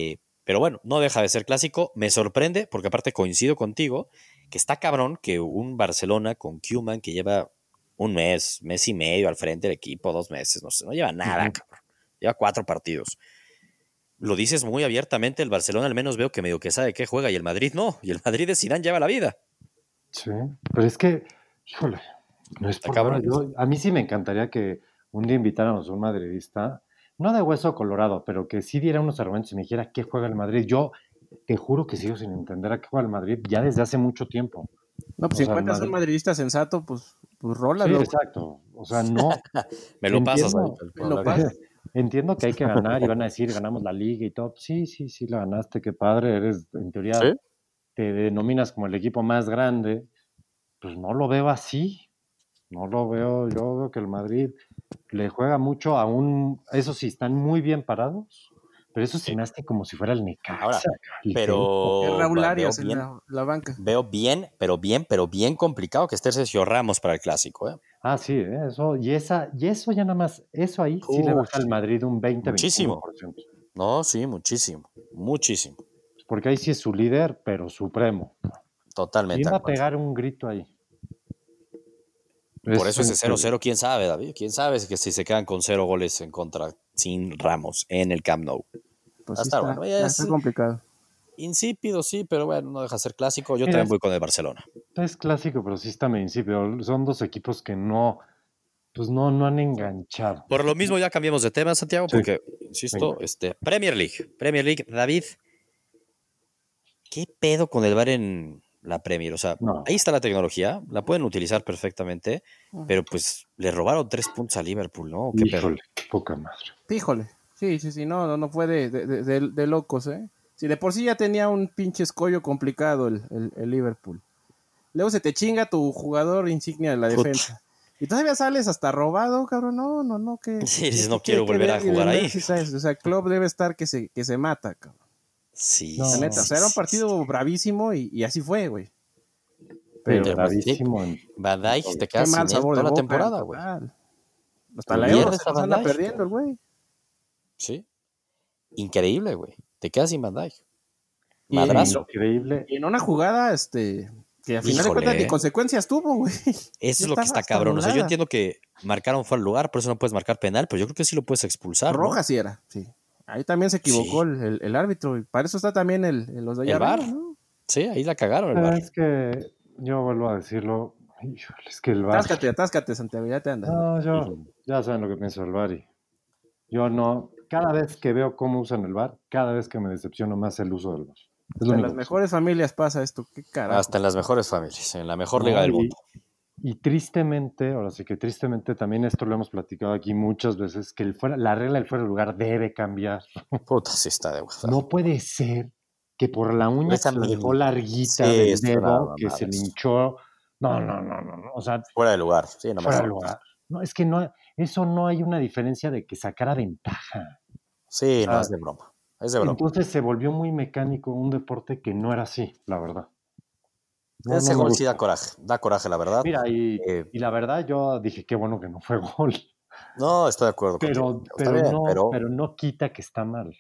Pero bueno, no deja de ser clásico. Me sorprende, porque aparte coincido contigo, que está cabrón que un Barcelona con Koeman que lleva un mes y medio al frente del equipo, 2 meses, no sé, no lleva nada, cabrón. Lleva 4 partidos. Lo dices muy abiertamente, el Barcelona al menos veo que medio que sabe qué juega y el Madrid no. Y el Madrid de Zidane lleva la vida. Sí, pero es que, híjole, no es Está por nada. cabrón. A mí sí me encantaría que un día invitáramos a un madridista, no de hueso colorado, pero que sí diera unos argumentos y me dijera qué juega el Madrid. Yo te juro que sigo sin entender a qué juega el Madrid ya desde hace mucho tiempo. No, pues O si sea, el encuentras un Madrid. madridista sensato, pues Sí, rólalo, güey. exacto. O sea, no. Me lo pasas ahí. Entiendo, Me lo pasa. entiendo que hay que ganar y van a decir ganamos la liga y todo. Sí, sí, sí, la ganaste, qué padre. Eres, en teoría, Sí. te denominas como el equipo más grande. Pues no lo veo así. No lo veo. Yo veo que el Madrid le juega mucho a un. Eso sí, están muy bien parados. Pero eso se Sí. me hace como si fuera el Ahora, Necaxa, el Tempo. Es pero Raúl veo Arias en bien, la banca. pero bien complicado que esté Sergio Ramos para el clásico, ¿eh? Ah, sí, eso, y eso ya nada más, eso ahí sí le baja al Sí. Madrid un 20-25%. Muchísimo. No, sí, muchísimo. Muchísimo. Porque ahí sí es su líder, pero supremo. Totalmente ¿Quién de va a acuerdo. pegar un grito ahí? Por Es eso ese increíble. 0-0, quién sabe, David. Quién sabe que si se quedan con 0 goles en contra sin Ramos en el Camp Nou. Pues Va a sí estar bueno. está Es complicado. insípido, sí, pero bueno, no deja de ser clásico. Yo Mira, también voy con el Barcelona. es clásico, pero sí está medio insípido. Son dos equipos que no, pues no han enganchado. Por lo mismo ya cambiamos de tema, Santiago, Sí, porque, venga. insisto, Premier League. Premier League, David, ¿qué pedo con el VAR en la Premier? O sea, No, ahí está la tecnología, la pueden utilizar perfectamente, pero pues le robaron 3 puntos a Liverpool, ¿no? ¿Qué pedo? híjole, qué poca madre. Híjole. Sí, no fue de locos, ¿eh? Si de por sí ya tenía un pinche escollo complicado el Liverpool. Luego se te chinga tu jugador insignia de la Puta. defensa. Y todavía sales hasta robado, cabrón. No, Sí, dices, no quiero que volver a ver en el jugar ahí. Merseyside. O sea, el club debe estar que se mata, cabrón. Sí, La sí, neta, o No, sí, sea, era un sí, sí. partido bravísimo y así fue, güey. sí, Pero, Pero pues sí, bravísimo Van en Dijk todo. te qué quedas mal sin él sabor de toda la boca, temporada, güey. total. Hasta Sí, la Euro Pierdes se a nos Van anda Dijk. perdiendo el güey. Sí, increíble, güey. Te quedas sin Van Dijk. Y, y, Madrazo. increíble. y en una jugada, que al final de cuentas ni Híjole, consecuencias tuvo, güey. eso Ya es lo que estaba está hasta cabrón. O sea, yo anulada. entiendo que marcaron fuera del lugar, por eso no puedes marcar penal, pero yo creo que sí lo puedes expulsar, ¿no? Roja sí era, sí. Ahí también se equivocó Sí, el árbitro. Y para eso está también los de allá el VAR. arriba, ¿no? Sí, ahí la cagaron el VAR. Es que yo vuelvo a decirlo. Híjole, es que el VAR. Atáscate, Santiago, ya te anda. No, yo, Ujú. ya saben lo que pienso del VAR. Yo no, cada vez que veo cómo usan el VAR, cada vez que me decepciono más el uso del VAR. Es lo Hasta en las único que sé. mejores familias pasa esto, qué carajo. Hasta en las mejores familias, en la mejor liga ¿No? del mundo. Y tristemente, ahora sí que tristemente también esto lo hemos platicado aquí muchas veces, que la regla del fuera de lugar debe cambiar. Puta, sí está de huevo. No puede ser que por la uña que Esa se la dejó mínima. larguita Sí, del es una dedo, que mamada se le eso. hinchó. No, no, no, no, no. O sea, Fuera de lugar. Sí, no me fuera de jodas. lugar. No, es que no, eso no hay una diferencia de que sacara ventaja. O Sí, no, sea, es de broma. Es de broma. entonces se volvió muy mecánico un deporte que no era así, la verdad. No, Ese no me gol sí gusta. da coraje, la verdad. Mira, Eh, y la verdad yo dije, qué bueno que no fue gol. no, estoy de acuerdo contigo. Está bien, pero Pero no quita que está mal.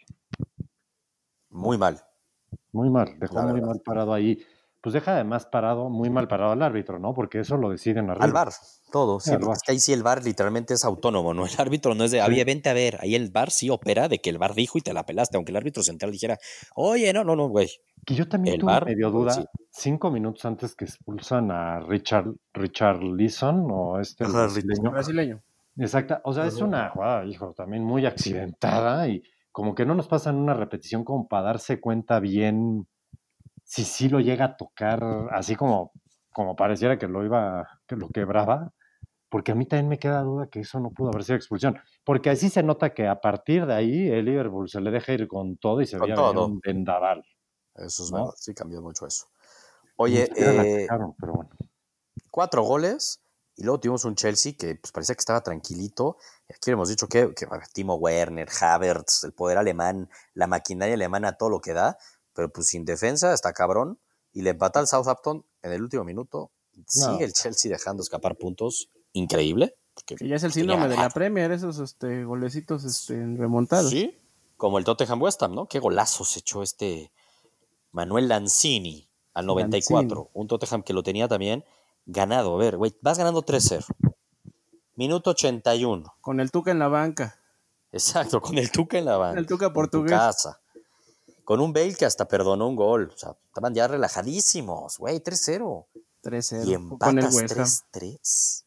muy mal, Muy mal, dejó la muy verdad. mal parado ahí. Pues deja además parado, muy mal parado al árbitro, ¿no? Porque eso lo deciden Al arriba. VAR, todo, Sí, sí, al porque VAR. es que ahí sí el VAR literalmente es autónomo, ¿no? El árbitro no es de, Sí. vente a ver, ahí el VAR sí opera de que el VAR dijo y te la pelaste, aunque el árbitro central dijera, oye, no, güey, Que yo también el tuve VAR medio lo duda, decide. 5 minutos antes que expulsan a Richard Leeson, o el Ajá, brasileño. Brasileño. Exacta, o sea, es Ujú. una jugada, hijo, también muy accidentada y como que no nos pasan una repetición como para darse cuenta bien si sí lo llega a tocar, así como pareciera que lo quebraba, porque a mí también me queda duda que eso no pudo haber sido expulsión, porque así se nota que a partir de ahí el Liverpool se le deja ir con todo y se Con veía venir todo, un vendaval, eso es verdad, ¿no? sí cambió mucho eso. Que ni Oye, siquiera la atacaron, pero bueno. 4 goles y luego tuvimos un Chelsea que pues, parecía que estaba tranquilito. Y aquí hemos dicho que Timo Werner, Havertz, el poder alemán, la maquinaria alemana, todo lo que da, pero pues sin defensa está cabrón. Y le empata al Southampton en el último minuto. Sigue No, el Chelsea dejando escapar puntos. Increíble. Porque Que ya es el no tenía síndrome de nada. la Premier, esos golecitos remontados. Sí, Como el Tottenham West Ham, ¿no? Qué golazo se echó Manuel Lanzini al 94. Lanzini. Un Tottenham que lo tenía también ganado. A ver, güey, vas ganando 3-0. Minuto 81. Con el Tuca en la banca. Exacto, con el Tuca en la banca. El Tuca en tu portugués. casa. Con un Bale que hasta perdonó un gol. O sea, estaban ya relajadísimos, güey, 3-0. 3-0. Y Con el empatas West Ham. 3-3.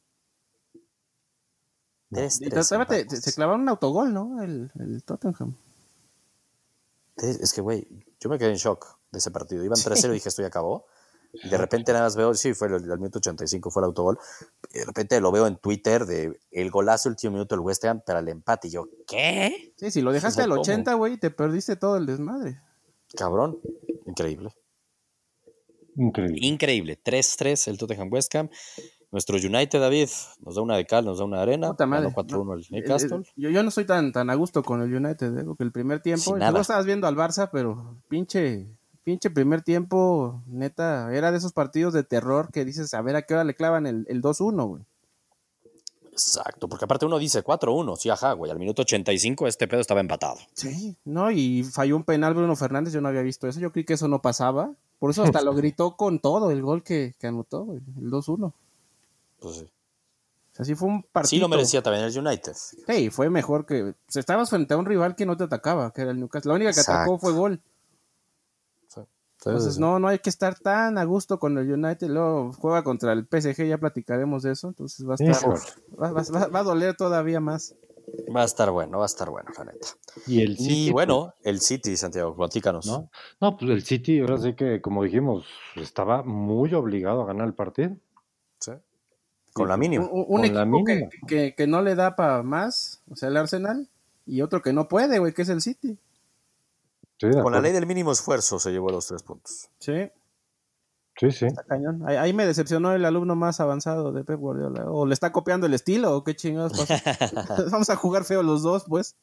Y 3-3. todavía se clavaron un autogol, ¿no? El Tottenham. Es que, güey, yo me quedé en shock de ese partido. Iban 3-0 y dije, esto ya acabó. Y de repente nada más veo, sí, fue el minuto 85, fue el autogol. Y de repente lo veo en Twitter de el golazo último minuto del West Ham para el empate. Y yo, ¿qué? Sí, si lo dejaste O sea, al ¿cómo? 80, güey, te perdiste todo el desmadre. Cabrón. Increíble. Increíble. Increíble. 3-3 el Tottenham West Ham. Nuestro United, David, nos da una de cal, nos da una de arena. Puta madre. Ganó 4-1 el Newcastle. Yo no estoy tan a gusto con el United, porque el primer tiempo, Sin tú nada. lo estabas viendo al Barça, pero pinche primer tiempo, neta, era de esos partidos de terror que dices, a ver a qué hora le clavan el 2-1, güey. Exacto, porque aparte uno dice 4-1, sí, ajá, güey. Al minuto 85 este pedo estaba empatado. Sí, ¿no? Y falló un penal Bruno Fernández, yo no había visto eso, yo creí que eso no pasaba. Por eso hasta lo gritó con todo el gol que anotó, güey, el 2-1. Pues sí. O sea, sí fue un partido. Sí lo merecía también el United. Sí, fue mejor que... Pues, estabas frente a un rival que no te atacaba, que era el Newcastle. La única que atacó fue gol. Sí. Entonces no hay que estar tan a gusto con el United. Luego juega contra el PSG, ya platicaremos de eso. Entonces va a estar... Va a doler todavía más. Va a estar bueno, la neta. Y el City. Y bueno, el City, Santiago, platícanos. No, pues el City, ahora sí que, como dijimos, estaba muy obligado a ganar el partido. Sí. Con la mínima. Un equipo que no le da para más, o sea, el Arsenal, y otro que no puede, güey, que es el City. Sí, con la ley del mínimo esfuerzo se llevó los 3 puntos. Sí. Sí. Está cañón. Ahí me decepcionó el alumno más avanzado de Pep Guardiola. O le está copiando el estilo, o qué chingados pasa. Vamos a jugar feo los dos, pues.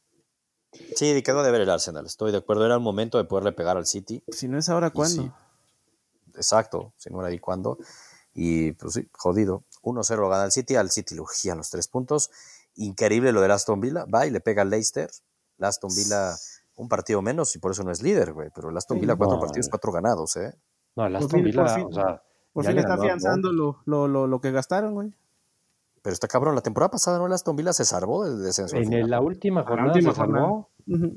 Sí, quedó de ver el Arsenal. Estoy de acuerdo. Era un momento de poderle pegar al City. Si no es ahora, ¿cuándo? Sí. Exacto. Si no era ahí, ¿cuándo? Y pues sí, jodido. 1-0 gana el City. Al City le urgían los 3 puntos. Increíble lo del Aston Villa. Va y le pega al Leicester. El Aston Villa un partido menos y por eso no es líder, güey. Pero el Aston Villa 4 partidos, 4 ganados, ¿eh? No, el Aston Villa, o sea... Por fin está afianzando lo que gastaron, güey. Pero está cabrón, la temporada pasada, ¿no? El Aston Villa se salvó del descenso. En la última jornada se salvó.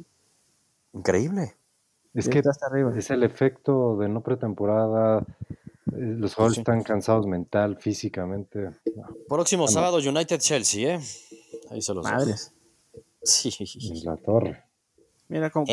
Increíble. Es que es el efecto de no pretemporada. Los jugadores están cansados mental, físicamente. Próximo sábado, United-Chelsea, ¿eh? Ahí se los Madres. Sí. En la torre. Mira, como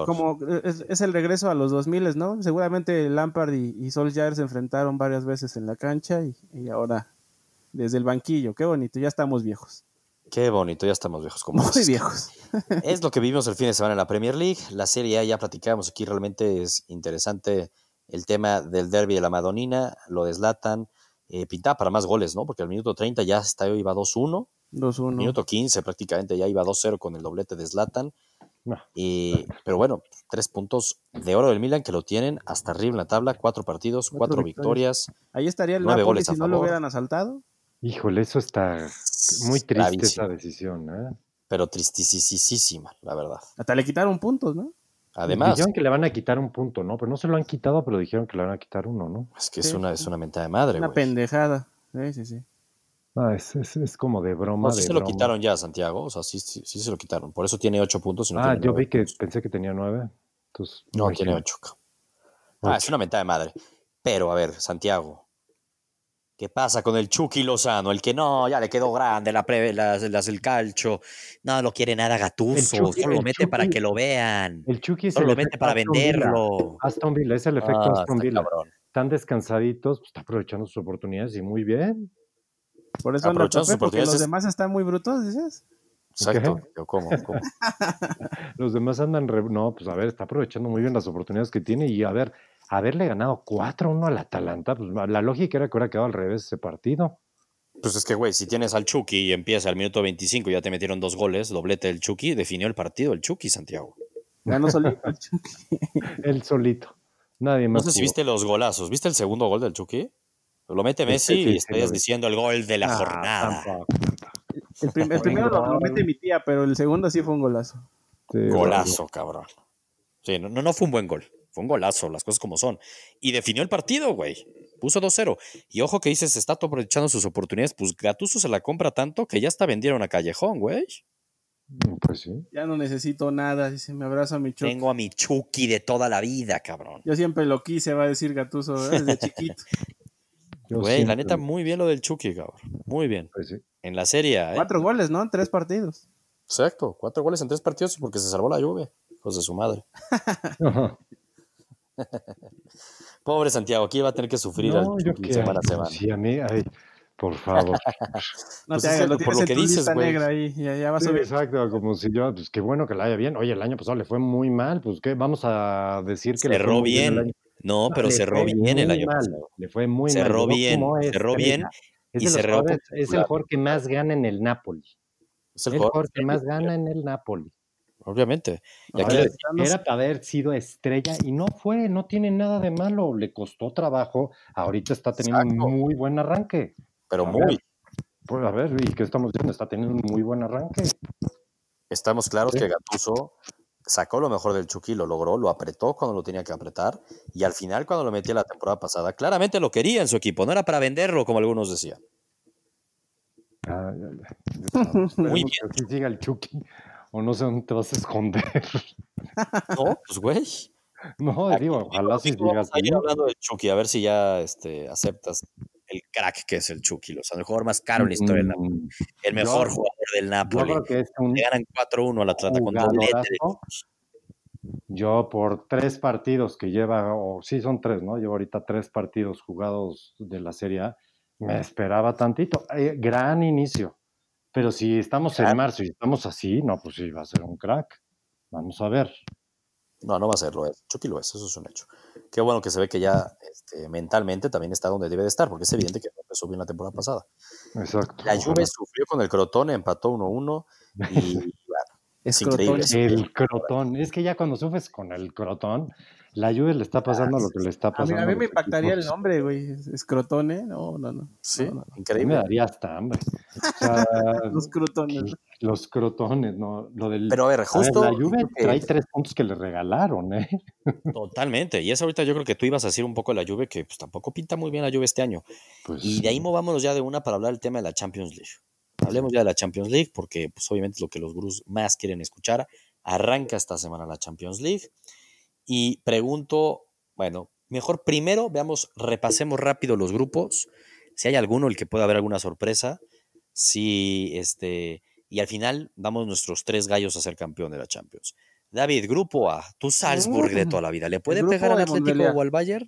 es el regreso a los 2000, ¿no? Seguramente Lampard y Solskjaer se enfrentaron varias veces en la cancha y ahora desde el banquillo. Qué bonito, ya estamos viejos. Qué bonito, ya estamos viejos. Muy viejos. Es lo que vivimos el fin de semana en la Premier League. La Serie A ya platicamos aquí, realmente es interesante el tema del derbi de la Madonina, lo de Zlatan, pintaba para más goles, ¿no? Porque al minuto 30 ya iba 2-1. 2-1. Minuto 15 prácticamente ya iba 2-0 con el doblete de Zlatan. No. Pero bueno, 3 puntos de oro del Milan que lo tienen hasta arriba en la tabla, 4 partidos, 4 victorias. Ahí estaría el 9 Napoli goles si no lo hubieran asaltado. Híjole, eso está muy triste, bravísimo. esa decisión, ¿eh? Pero tristísima, la verdad. Hasta le quitaron puntos, ¿no? Además, dijeron que le van a quitar un punto, ¿no? Pero no se lo han quitado, pero dijeron que le van a quitar uno, ¿no? Es que es una mentada de madre, Una güey. pendejada. Sí. No, es como de broma. No, sí se lo quitaron ya, Santiago. O sea, sí se lo quitaron. Por eso tiene 8 puntos. Y no tiene yo 9 vi que puntos. pensé que tenía 9. Entonces, no, tiene 8. Es una mentada de madre. Pero, a ver, Santiago, ¿qué pasa con el Chucky Lozano? El que no, ya le quedó grande el calcio. No lo quiere nada Gattuso. Solo lo mete para que lo vean. El Chucky solo lo mete para venderlo. Aston Villa, es el efecto Aston Villa. Cabrón. Están descansaditos, pues, está aprovechando sus oportunidades y muy bien. Por eso anda Pepe, porque los demás están muy brutos, dices. Exacto. ¿Cómo? Los demás andan... No, pues a ver, está aprovechando muy bien las oportunidades que tiene y a ver, haberle ganado 4-1 al Atalanta, pues la lógica era que hubiera quedado al revés ese partido. Pues es que, güey, si tienes al Chucky y empieza al minuto 25 y ya te metieron 2 goles, doblete del Chucky, definió el partido el Chucky, Santiago. Ganó solito el Chucky. Él solito. Nadie más. No sé si viste los golazos. ¿Viste el segundo gol del Chucky? Lo mete Messi y estás diciendo el gol de la jornada. Tampoco. El primero lo mete mi tía, pero el segundo sí fue un golazo. Sí, Golazo, cabrón. Sí, no fue un buen gol. Fue un golazo, las cosas como son. Y definió el partido, güey. Puso 2-0. Y ojo que dices, está aprovechando sus oportunidades. Pues Gattuso se la compra tanto que ya hasta vendieron a Callejón, güey. Pues sí. Ya no necesito nada, dice, me abrazo a mi Chucky. Tengo a mi Chucky de toda la vida, cabrón. Yo siempre lo quise, va a decir Gattuso, ¿verdad? Desde chiquito. Güey, la neta, muy bien lo del Chucky, cabrón. Muy bien. Pues sí. En la Serie A, 4 goles, ¿no? En 3 partidos. Exacto. 4 goles en 3 partidos porque se salvó la Juve. Hijos de su madre. Pobre Santiago, aquí va a tener que sufrir al No, yo Chucky qué. semana a semana. Sí, a mí, ay, por favor. No Pues te es hagas, que lo por tienes lo en que tu dices, lista güey. negra ahí, ya va a Sí, subir. exacto, como si yo, pues qué bueno que le haya bien. Oye, el año pasado le fue muy mal, pues qué, vamos a decir que le fue Cerró muy bien el bien. año. No, pero Le cerró fue bien el muy año mal, pasado. le fue muy mal. Cerró Llegó bien, como cerró bien Es y de los cerró como jugadores, es el titular. jugador que más gana en el Napoli. Es el El jugador jugador que serio, más gana en el Napoli. obviamente. Y No, aquí A lo ver, decíamos, era para haber sido estrella y no fue, no tiene nada de malo, le costó trabajo, ahorita está teniendo un exacto, muy buen arranque. pero A ver, muy. pues a ver, ¿y qué estamos diciendo? Está teniendo un muy buen arranque. Estamos claros Sí. que Gattuso sacó lo mejor del Chucky, lo logró, lo apretó cuando lo tenía que apretar y al final cuando lo metía la temporada pasada, claramente lo quería en su equipo, no era para venderlo como algunos decían. Ay, ay, ay. Muy Esperemos bien, que así siga el Chucky, o no sé dónde te vas a esconder. ¿no? Pues güey. No, Aquí, digo, digo, ojalá lo sí mismo siga vamos a así. ir hablando del Chucky, a ver si ya aceptas el crack que es el Chucky, el jugador más caro en la historia del Napoli, Mm, el mejor Yo, jugador del yo Napoli. creo que es Le un ganan 4-1 al Atlanta con doblete de jugadorazo. Yo por 3 partidos que lleva, o sí son 3, ¿no? Llevo ahorita 3 partidos jugados de la Serie A. Me esperaba tantito. Gran inicio. Pero si estamos en marzo y estamos así, no, pues sí, va a ser un crack. Vamos a ver. No va a ser, lo es. Chucky lo es, eso es un hecho. Qué bueno que se ve que ya mentalmente también está donde debe de estar, porque es evidente que no empezó bien la temporada pasada. Exacto. La Juve Ojalá. sufrió con el Crotone, empató 1-1 y bueno, es increíble. Escrotones. El Crotón. Es que ya cuando sufres con el Crotón, la Juve le está pasando lo que le está A pasando a mí me los impactaría el equipos. nombre, güey. Escrotone. No. Sí, No. A mí me increíble. daría hasta hambre. O sea, Los crotones. los crotones, ¿no? Pero a ver, A ver, la justo, yo Juve creo trae que 3 puntos que le regalaron, ¿eh? totalmente. Y es ahorita yo creo que tú ibas a decir un poco de la Juve, que pues tampoco pinta muy bien la Juve este año. Pues Y de ahí movámonos ya de una para hablar del tema de la Champions League. Hablemos ya de la Champions League, porque pues obviamente es lo que los gurús más quieren escuchar. Arranca esta semana la Champions League. Y pregunto, bueno, mejor primero veamos, repasemos rápido los grupos, si hay alguno el que pueda haber alguna sorpresa, si y al final damos nuestros 3 gallos a ser campeón de la Champions. David, grupo A, tu Salzburg de toda la vida, ¿le El puede pegar grupo al de Atlético Montbéliard. o al Bayern?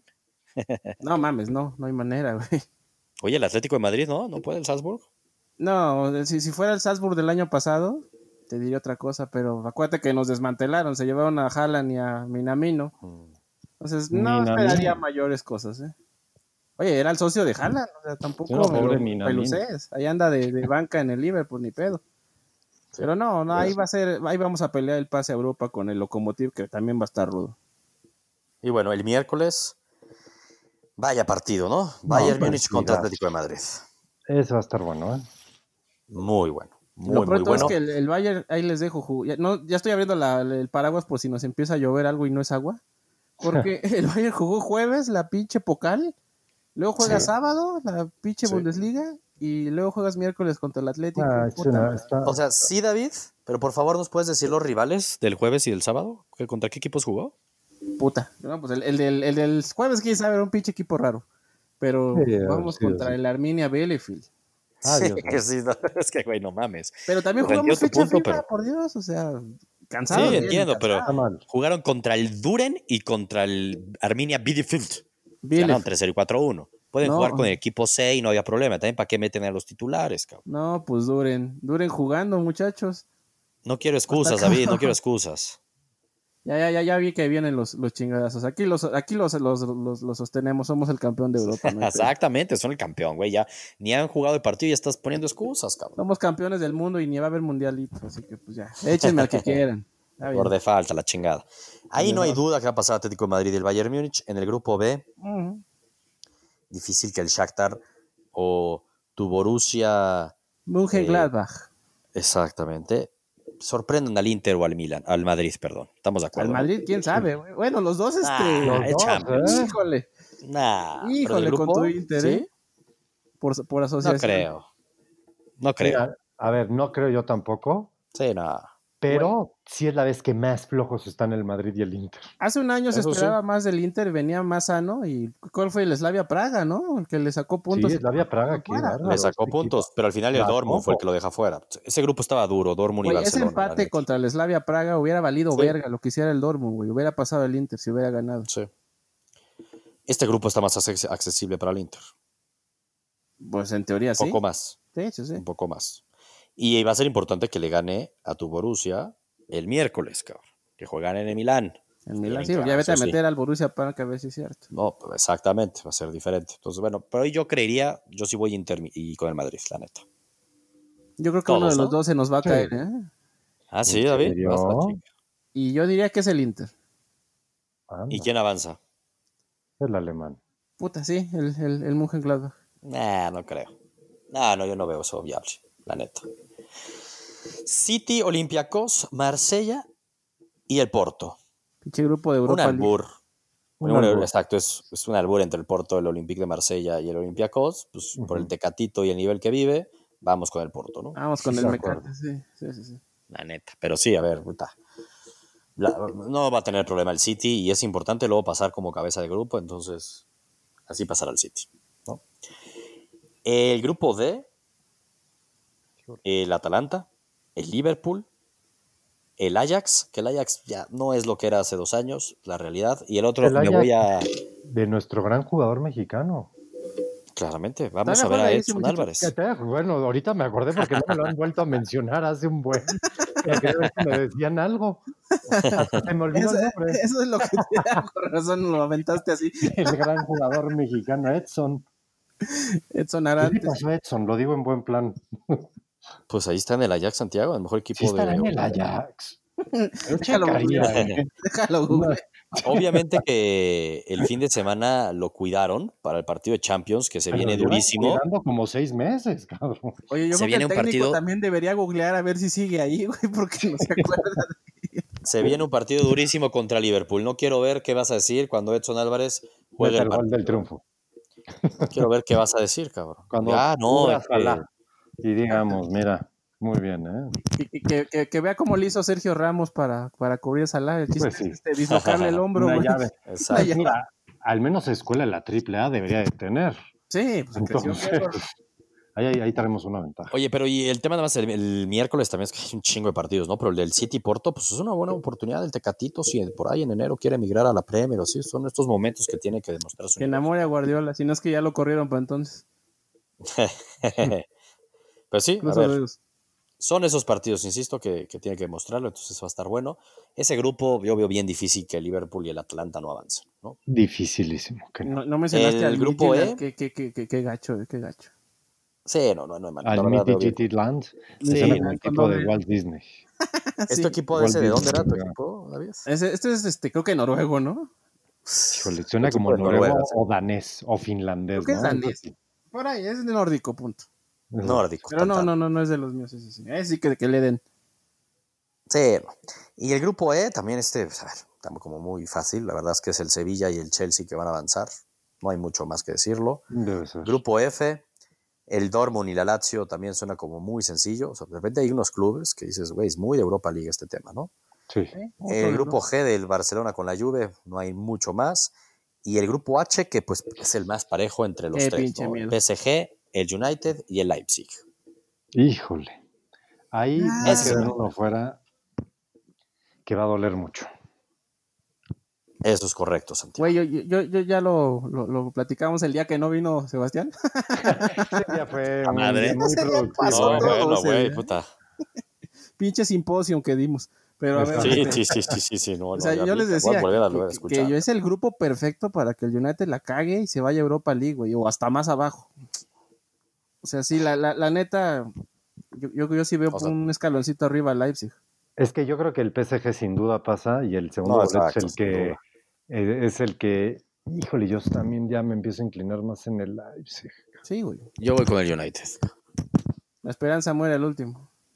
No mames, no hay manera, güey. Oye, el Atlético de Madrid, ¿no? ¿No puede el Salzburg? No, si fuera el Salzburg del año pasado, te diría otra cosa, pero acuérdate que nos desmantelaron, se llevaron a Haaland y a Minamino. Entonces, no esperaría Minamino. mayores cosas, ¿eh? Oye, era el socio de Haaland, o sea, Sí, tampoco no, me pobre lo Minamino. pelucees. Ahí anda de banca en el Liverpool, ni pedo. Sí. Pero no, ahí Pues, va a ser, ahí vamos a pelear el pase a Europa con el Lokomotiv, que también va a estar rudo. y bueno, el miércoles, vaya partido, ¿no? No, Bayern pues Múnich sí, contra Atlético de Madrid. eso va a estar bueno, ¿eh? Muy bueno, Lo muy pronto es bueno. que el Bayern, ahí les dejo, ya estoy abriendo el paraguas por si nos empieza a llover algo y no es agua. Porque el Bayern jugó jueves la pinche Pokal, luego juega Sí. sábado la pinche Sí. Bundesliga y luego juegas miércoles contra el Atlético. Ah, Puta madre. O sea, sí, David, pero por favor, ¿nos puedes decir los rivales del jueves y del sábado? ¿Contra qué equipos jugó? Puta. No, pues el del jueves, quién sabe, era un pinche equipo raro. Pero sí, vamos sí, contra sí. el Arminia Bielefeld. Adiós. Sí, no, es que, güey, no mames. Pero también O sea, jugamos entiendo tu fecha punto, FIFA, pero... por Dios, o sea, Sí, cansados, entiendo, pero Está mal. jugaron contra el Duren y contra el Arminia Bielefeld. Ganaron Bielefeld. 3-0 y 4-1. Pueden jugar con el No, equipo C y no había problema. También, ¿para qué meten a los titulares, cabrón? no, pues duren jugando, muchachos. No quiero Hasta excusas, acá. David, no quiero excusas. Ya vi que vienen los chingadazos. Aquí los sostenemos, somos el campeón de Europa, ¿no? Exactamente, son el campeón, güey. Ya ni han jugado el partido y ya estás poniendo excusas, cabrón. Somos campeones del mundo y ni va a haber mundialito, así que pues ya, échenme al que quieran. Está bien. Por de falta, la chingada. Ahí no hay duda que va a pasar Atlético de Madrid y el Bayern Múnich. En el grupo B, Ujú. difícil que el Shakhtar o tu Borussia, Mönchengladbach. exactamente, sorprendan al Inter o al Milan, al Madrid, perdón. Estamos de acuerdo. Al Madrid, quién sabe, güey. Bueno, los dos, Ah, es Champions. Híjole. Nah, pero de Híjole, con grupo, tu Inter, ¿sí? ¿eh? Por asociación. No creo. Mira, a ver, no creo yo tampoco, Sí, no. pero sí es la vez que más flojos están el Madrid y el Inter. Hace un año se Eso esperaba sí. más del Inter, venía más sano. ¿Y cuál fue el Slavia Praga, no? El que le sacó puntos. Sí, Slavia Praga, qué Fuera. bárbaro. Le sacó puntos, pero al final el Tras Dortmund fue el poco. que lo deja fuera. Ese grupo estaba duro, Dortmund y Güey, ese Barcelona. la empate neta. contra el Slavia Praga hubiera valido Sí. verga lo que hiciera el Dortmund, güey. Hubiera pasado el Inter si hubiera ganado. Sí. Este grupo está más accesible para el Inter. Pues en teoría sí. Un poco más. Sí, sí, sí. Un poco más. Y va a ser importante que le gane a tu Borussia el miércoles, cabrón. Que juegan en el Milán. En Milán, Tienen sí, que ya ganar, vete a eso sí. meter al Borussia para que a ver si es cierto. No, pues exactamente, va a ser diferente. Entonces, bueno, pero ahí yo creería, yo sí voy Inter y con el Madrid, la neta. Yo creo que Todos, uno de los ¿no? dos se nos va a Sí. caer, ¿eh? Ah, sí, ¿En David. serio? Basta, chica. Y yo diría que es el Inter. Anda, ¿Y quién avanza? el alemán. Puta, sí, el Mönchengladbach. Nah, no creo. No, yo no veo eso viable, la neta. City, Olympiacos, Marsella y el Porto. Pinche grupo de Un Europa League. albur. Un albur. Exacto, es un albur entre el Porto, el Olympique de Marsella y el Olympiacos. Pues por el Tecatito y el nivel que vive, vamos con el Porto, ¿no? Vamos con Sí, el de Mecate, acuerdo. sí. La neta. Pero sí, a ver, puta. No va a tener problema el City y es importante luego pasar como cabeza de grupo, entonces así pasará el City, ¿no? El grupo D, el Atalanta, el Liverpool, el Ajax, que el Ajax ya no es lo que era hace 2 años, la realidad, y el otro El me Ajax voy a... de nuestro gran jugador mexicano. Claramente, vamos a ¿Todavía ver a juega ahí ese Edson muchacho? Álvarez. Bueno, ahorita me acordé porque no me lo han vuelto a mencionar hace un buen. Ya quería ver si me decían algo. Hasta se me olvidó el nombre. Eso es lo que te da, con razón lo aventaste así. El gran jugador mexicano Edson. Edson ¿Qué le Arantes. pasó a Edson? Lo digo en buen plan. Pues ahí está en el Ajax Santiago, el mejor equipo Sí estará de en el Europa. Ajax. Yo Déjalo checaría, googlear. Déjalo Google. Obviamente que el fin de semana lo cuidaron para el partido de Champions, que se Pero viene llevan durísimo. cuidando como 6 meses, cabrón. Oye, yo Se creo que viene el un técnico partido- también debería googlear a ver si sigue ahí, güey, porque no se acuerda. Se viene un partido durísimo contra Liverpool. No quiero ver qué vas a decir cuando Edson Álvarez juegue Meta el el gol partido. del triunfo. Quiero ver qué vas a decir, cabrón. Cuando No, es cubras que a la y digamos, mira, muy bien, ¿eh? Que vea cómo le hizo Sergio Ramos para cubrir a Salah. El chiste Pues sí. es dislocarle el hombro, Una güey. llave. Exacto. llave. Mira, al menos escuela de la AAA debería de tener. Sí, pues creció Entonces, bien, ahí tenemos una ventaja. Oye, pero y el tema además, el miércoles también es que hay un chingo de partidos, ¿no? Pero el del City Porto, pues es una buena oportunidad del Tecatito, si por ahí en enero quiere emigrar a la Premier, o sí, son estos momentos que tiene que demostrar su que nivel. enamore a Guardiola, si no es que ya lo corrieron para entonces. Pues sí, a Cruzo ver, dedos. son esos partidos, insisto, que tiene que demostrarlo, entonces va a estar bueno. Ese grupo yo veo bien difícil que el Liverpool y el Atlanta no avancen, ¿no? Dificilísimo. Que no. No mencionaste El al grupo Midtjylland, E. qué gacho, qué gacho. Sí, no hay mano. Al La verdad, veo bien. Mitty Land Sí, suena no, como el con tipo de doble. Walt Disney. ¿Es Sí. tu equipo de Walt ese? ¿De dónde Disney, era tu ¿verdad? equipo, David? Este es, creo que noruego, ¿no? Híjole, suena Equipo como de noruego Noruega, sí. o danés o Creo finlandés, que es ¿no? danés. Por ahí, es de nórdico, punto. Nórdico. Pero no es de los míos, ese sí. Sí que le den. Sí, no. Y el grupo E también pues, a ver, está como muy fácil. La verdad es que es el Sevilla y el Chelsea que van a avanzar. No hay mucho más que decirlo. Debe ser. Grupo F, el Dortmund y la Lazio también suena como muy sencillo. O sea, de repente hay unos clubes que dices, güey, es muy de Europa League este tema, ¿no? Sí. El grupo G del Barcelona con la Juve, no hay mucho más. Y el grupo H, que pues es el más parejo entre los Qué tres, pinche ¿no? miedo. El PSG, el United y el Leipzig. Híjole. Ahí va a Ese quedar sí. uno fuera que va a doler mucho. Eso es correcto, Santiago. Güey, yo ya lo platicamos el día que no vino Sebastián. Ese día fue La madre. muy Ese día productivo. pasó No, todo, bueno, ese güey, día. puta. Pinche simposio que dimos. Pero a ver, Sí, no, o sea, ya yo vi, les voy a decía volver a escuchar. que es el grupo perfecto para que el United la cague y se vaya a Europa League, güey, o hasta más abajo. O sea, sí, la neta, yo sí veo O sea, un escaloncito arriba a Leipzig. Es que yo creo que el PSG sin duda pasa y el segundo No, boleto exacto, sin duda. es el que, híjole, yo también ya me empiezo a inclinar más en el Leipzig. Sí, güey. Yo voy con el United. La esperanza muere al último.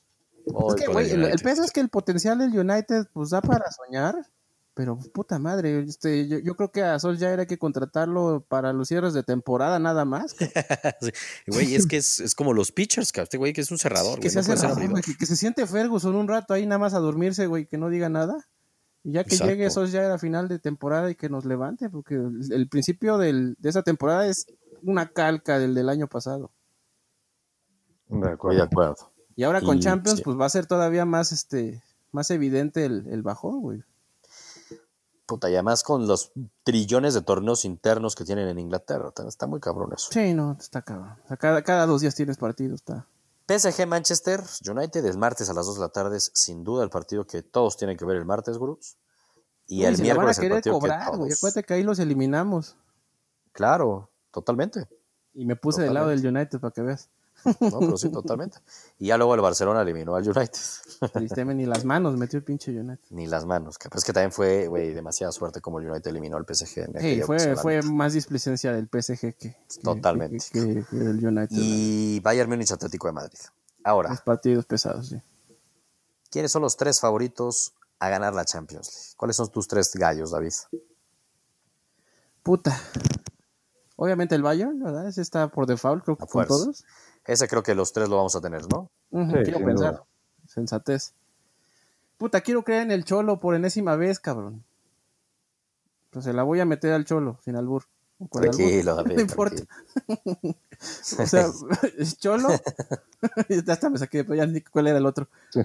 Hoy Es que, con güey, el United. peso es que el potencial del United, pues da para soñar, pero puta madre, yo creo que a Solskjaer hay que contratarlo para los cierres de temporada nada más. Sí, güey, es que es como los pitchers, cabrón. Este güey que es un cerrador, Que güey, sea no puede ser cerrador, güey, abridor. que se siente Ferguson un rato ahí nada más a dormirse, güey, que no diga nada. Y ya que llegue Exacto. Solskjaer a final de temporada y que nos levante, porque el principio de esa temporada es una calca del año pasado. De Estoy de acuerdo. acuerdo. Y ahora con Y Champions, sí, pues va a ser todavía más, más evidente el bajón, güey. puta, y además con los trillones de torneos internos que tienen en Inglaterra. Está muy cabrón eso. Sí, no, está cabrón. O sea, cada 2 días tienes partido, está. PSG Manchester United es martes a las 2 de la tarde. Es sin duda el partido que todos tienen que ver el martes, Gurús. Y Uy, el se la van a miércoles el querer partido que cobrar, güey. todos. Acuérdate que ahí los eliminamos. Claro, totalmente. Y me puse del lado del United para que veas. No, pero sí, totalmente. Y ya luego el Barcelona eliminó al United. Tristemente, ni las manos metió el pinche United. Ni las manos. Es que también fue, güey, demasiada suerte como el United eliminó al PSG en Sí, aquella fue ocasión. más displicencia del PSG Totalmente. que del United. Y Bayern Múnich Atlético de Madrid. Ahora, Los partidos pesados, sí. ¿quiénes son los 3 favoritos a ganar la Champions League? ¿Cuáles son tus 3 gallos, David? Puta. Obviamente el Bayern, ¿verdad? Ese está por default, creo que A con fuerza. todos. Ese creo que los 3 lo vamos a tener, ¿no? Ujú, Sí, quiero sin pensar. duda. Sensatez. Puta, quiero creer en el Cholo por enésima vez, cabrón. Pues se la voy a meter al Cholo, sin albur. O con Tranquilo, albur. David, No importa. tranquilo. O sea, es Cholo. Ya hasta me saqué, pero ya ni cuál era el otro. Sí.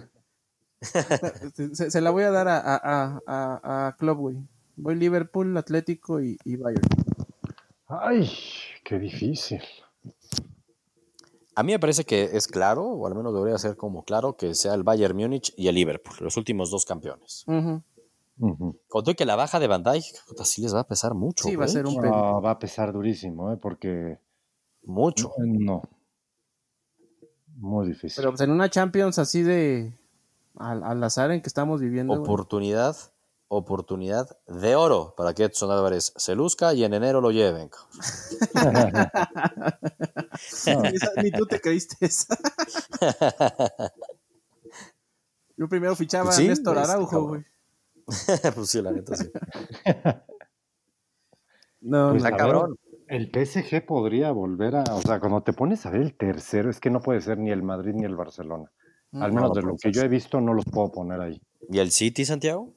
Se la voy a dar a Klopp, güey. Voy Liverpool, Atlético y Bayern. Ay, qué difícil. A mí me parece que es claro, o al menos debería ser como claro, que sea el Bayern Múnich y el Liverpool, los últimos 2 campeones. Ujú. Ujú. Con todo y que la baja de Van Dijk, puta, sí les va a pesar mucho, Sí, va a güey. ser un pedo. No, va a pesar durísimo, porque Mucho. no, muy difícil. Pero pues en una Champions así de al azar en que estamos viviendo, güey. Oportunidad de oro para que Edson Álvarez se luzca y en enero lo lleven. No, Ni tú te creíste esa. Yo primero fichaba Pues a sí, Néstor está Araujo, cabrón. güey. Pues sí, la neta sí. No, pues no. a Está cabrón. ver, el PSG podría volver o sea, cuando te pones a ver el tercero, es que no puede ser ni el Madrid ni el Barcelona. Al No, menos no de puede lo que ser. yo he visto, no los puedo poner ahí. ¿Y el City, Santiago?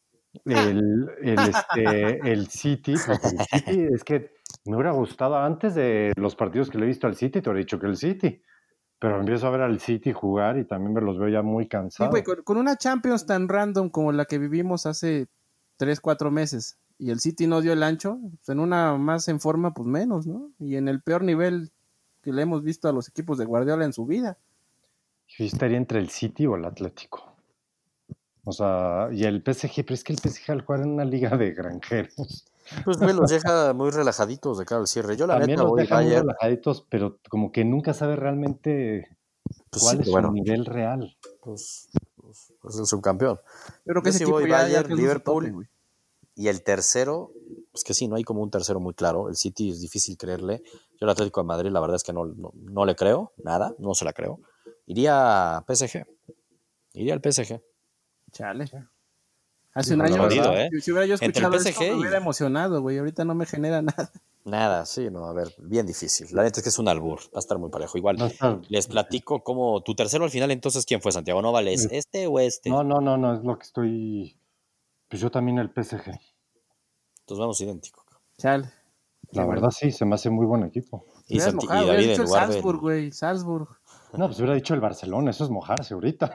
El City, porque el City es que me hubiera gustado antes de los partidos que le he visto al City, te hubiera dicho que el City, pero empiezo a ver al City jugar y también me los veo ya muy Sí, cansados. güey, con una Champions tan random como la que vivimos hace 3-4 meses y el City no dio el ancho, pues en una más en forma, pues menos, ¿no? Y en el peor nivel que le hemos visto a los equipos de Guardiola en su vida. Yo estaría entre el City o el Atlético. O sea, y el PSG, pero es que el PSG al jugar en una liga de granjeros, Pues güey, los deja muy relajaditos de cara al cierre. Yo la también neta los voy deja muy Bayern. relajaditos, pero como que nunca sabe realmente Pues sí, cuál es pero su bueno, nivel real. pues es el subcampeón. Yo creo que Yo ese sí equipo voy ya Bayern, alcanzó su Liverpool tope, güey. y el tercero, pues que sí, no hay como un tercero muy claro. El City es difícil creerle. Yo el Atlético de Madrid, la verdad es que no le creo, nada, no se la creo. Iría a PSG. Iría al PSG. Chale. Hace Dijo, un la año, verdad, Jodido, ¿eh? si hubiera yo Entre el escuchado esto, PSG me hubiera y emocionado, güey. Ahorita no me genera nada. nada, sí, no, a ver, bien difícil. La neta es que es un albur, va a estar muy parejo. Igual, va a estar- les platico cómo tu tercero al final, entonces, ¿quién fue, Santiago? ¿No vale? ¿Es este o este? No, es lo que estoy. Pues yo también el PSG. Entonces vamos idénticos. Chale. La Qué verdad bueno. sí, se me hace muy buen equipo. Te Y, hubieras y mojado, hubieras David, dicho en el lugar Salzburg, del. güey. Salzburg. No, pues hubiera dicho el Barcelona, eso es mojarse ahorita.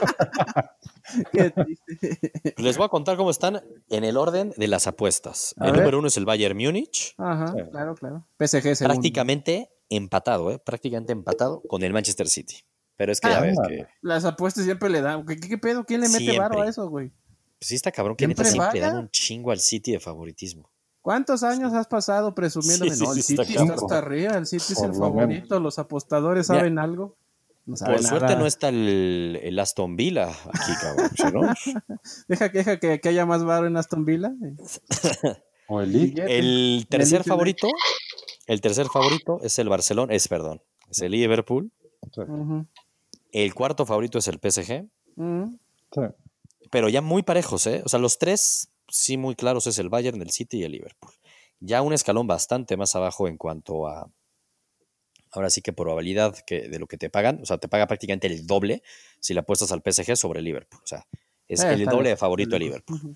Qué triste. Les voy a contar cómo están en el orden de las apuestas. A El ver. número 1 es el Bayern Múnich, Ajá, Sí. claro. PSG segundo. prácticamente empatado con el Manchester City. Pero es que ya ves Ándale. que Las apuestas siempre le dan. ¿Qué pedo? ¿Quién le mete varo a siempre. eso, güey? Pues sí está cabrón que neta ¿Siempre siempre dan vaya? un chingo al City de favoritismo. ¿Cuántos años has pasado presumiéndome? Sí, No, el está City está cabrón. hasta arriba, el City es Por el lo menos. favorito, los apostadores Mira, saben algo. No saben Por suerte nada. no está el Aston Villa aquí, cabrón. ¿Sí, no? Deja que haya más varo en Aston Villa. O el Leeds. Billete. El tercer Elite favorito es el Barcelona, es el Liverpool. Ujú. El cuarto favorito es el PSG, Sí. pero ya muy parejos, ¿eh? O sea, los tres, sí, muy claros, es el Bayern, el City y el Liverpool. Ya un escalón bastante más abajo en cuanto a, ahora sí que probabilidad de lo que te pagan, o sea, te paga prácticamente el doble si le apuestas al PSG sobre el Liverpool. O sea, es el Está doble de lejos, favorito está el lejos. Liverpool.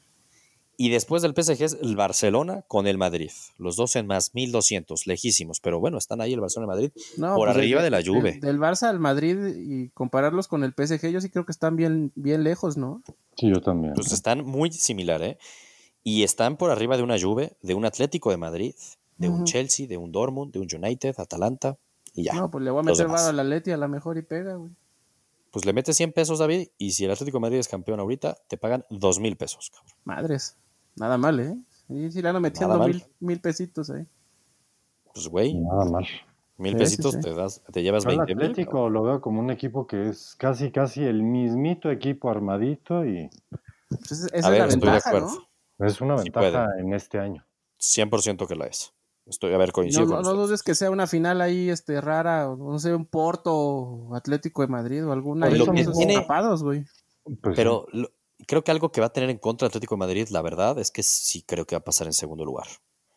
Y después del PSG es el Barcelona con el Madrid. Los dos en más 1200, lejísimos. Pero bueno, están ahí el Barcelona y el Madrid No, por pues arriba de la Juve. del Barça al Madrid y compararlos con el PSG, yo sí creo que están bien, bien lejos, ¿no? Sí, yo también. Pues están muy similar, ¿eh? Y están por arriba de una Juve, de un Atlético de Madrid, de un Chelsea, de un Dortmund, de un United, Atalanta y ya. No, pues le voy a los meter varo demás. al Atleti a la mejor y pega, güey. Pues le metes 100 pesos, David, y si el Atlético de Madrid es campeón ahorita, te pagan 2000 pesos, cabrón. Madres. Nada mal, ¿eh? Sí, le ando Nada metiendo mal. mil pesitos ahí. Pues, güey, Nada mal. 1000 Sí, pesitos sí. te llevas Yo al 20,000. Atlético lo veo como un equipo que es casi, casi el mismito equipo armadito y Pues esa A es la ver, estoy de ventaja, acuerdo. ¿no? es una Sí ventaja puede. en este año. 100% que la es. A ver, No, coincido con no dudes ustedes. que sea una final ahí rara, o no sé, un Porto o Atlético de Madrid o alguna Por ahí Lo eso de que esos mismo, tiene, tapados, güey. pues sí. pero creo que algo que va a tener en contra el Atlético de Madrid, la verdad, es que sí creo que va a pasar en segundo lugar.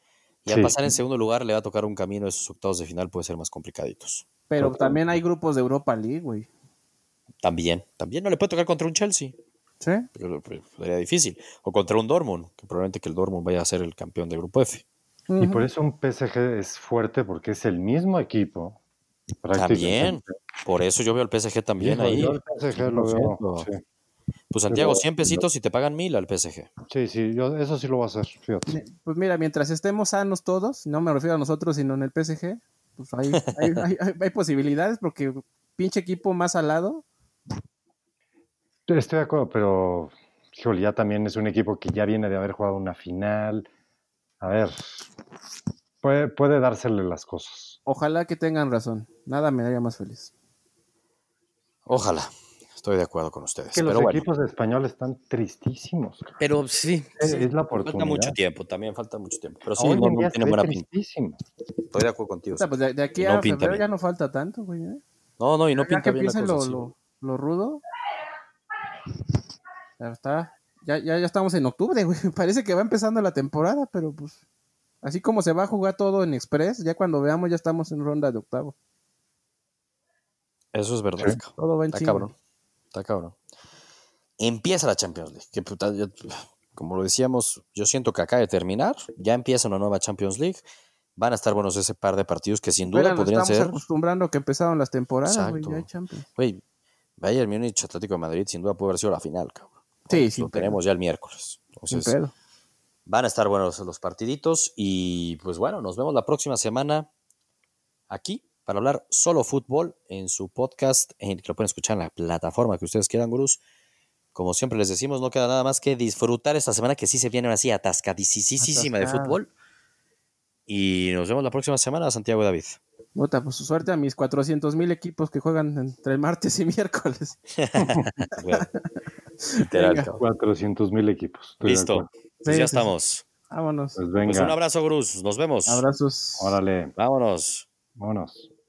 Y al Sí, pasar en segundo lugar le va a tocar un camino de esos octavos de final, puede ser más complicaditos. Pero también totalmente. hay grupos de Europa League, güey. También no le puede tocar contra un Chelsea, ¿Sí? pero sería difícil. O contra un Dortmund, que probablemente que el Dortmund vaya a ser el campeón del grupo F. Y por eso un PSG es fuerte porque es el mismo equipo También. prácticamente. Por eso yo veo al PSG también Hijo, yo ahí. el PSG lo veo, 100%. sí. Pues Yo Santiago, 100 pesitos y te pagan 1000 al PSG. sí, yo eso sí lo voy a hacer, fíjate. Pues mira, mientras estemos sanos todos, no me refiero a nosotros, sino en el PSG, pues hay posibilidades porque pinche equipo más al lado. Estoy de acuerdo, pero híjole, ya también es un equipo que ya viene de haber jugado una final. A ver, puede dársele las cosas. Ojalá que tengan razón. Nada me haría más feliz. Ojalá. Estoy de acuerdo con Es ustedes. que los Pero bueno. equipos españoles están tristísimos. Pero sí, Es la falta mucho oportunidad. tiempo, también falta mucho tiempo. Pero sí, Hoy en no día tiene se ve buena pinta. tristísimo. Estoy de acuerdo contigo, Puta, pues Santi. de aquí Y no a pinta febrero bien. ya no falta tanto, güey. No, y no Ya que pinta bien la empiece cosa, sí. lo rudo, ya está. Ya estamos en octubre, güey. Parece que va empezando la temporada, pero pues así como se va a jugar todo en Express, ya cuando veamos ya estamos en ronda de octavo. Eso es verdad, Sí. cabrón. Todo va en Está chinga. cabrón. Está cabrón. Empieza la Champions League. Que puta, como lo decíamos, yo siento que acaba de terminar. Ya empieza una nueva Champions League. Van a estar buenos ese par de partidos que sin duda Apenas nos podrían estamos ser. acostumbrando a que empezaron las temporadas, güey. Ya hay Exacto. Champions. Güey, Bayern Múnich, Atlético de Madrid, sin duda puede haber sido la final, cabrón. Sí, Pues sin lo pedo. tenemos ya el miércoles. Sin Entonces, pedo. van a estar buenos los partiditos. Y pues bueno, nos vemos la próxima semana aquí para hablar solo fútbol en su podcast, que lo pueden escuchar en la plataforma que ustedes quieran, gurús. Como siempre les decimos, no queda nada más que disfrutar esta semana que sí se viene así atascadísima de Atascada. fútbol. Y nos vemos la próxima semana, Santiago y David. Puta, pues suerte a mis 400,000 equipos que juegan entre martes y miércoles. Literal, Venga. cabrón. 400,000 equipos. Estoy de Listo. acuerdo. Pues Sí, ya sí, sí. estamos. Vámonos. Pues Pues un venga, abrazo, gurús. Nos vemos. Abrazos. órale, Vámonos. vámonos.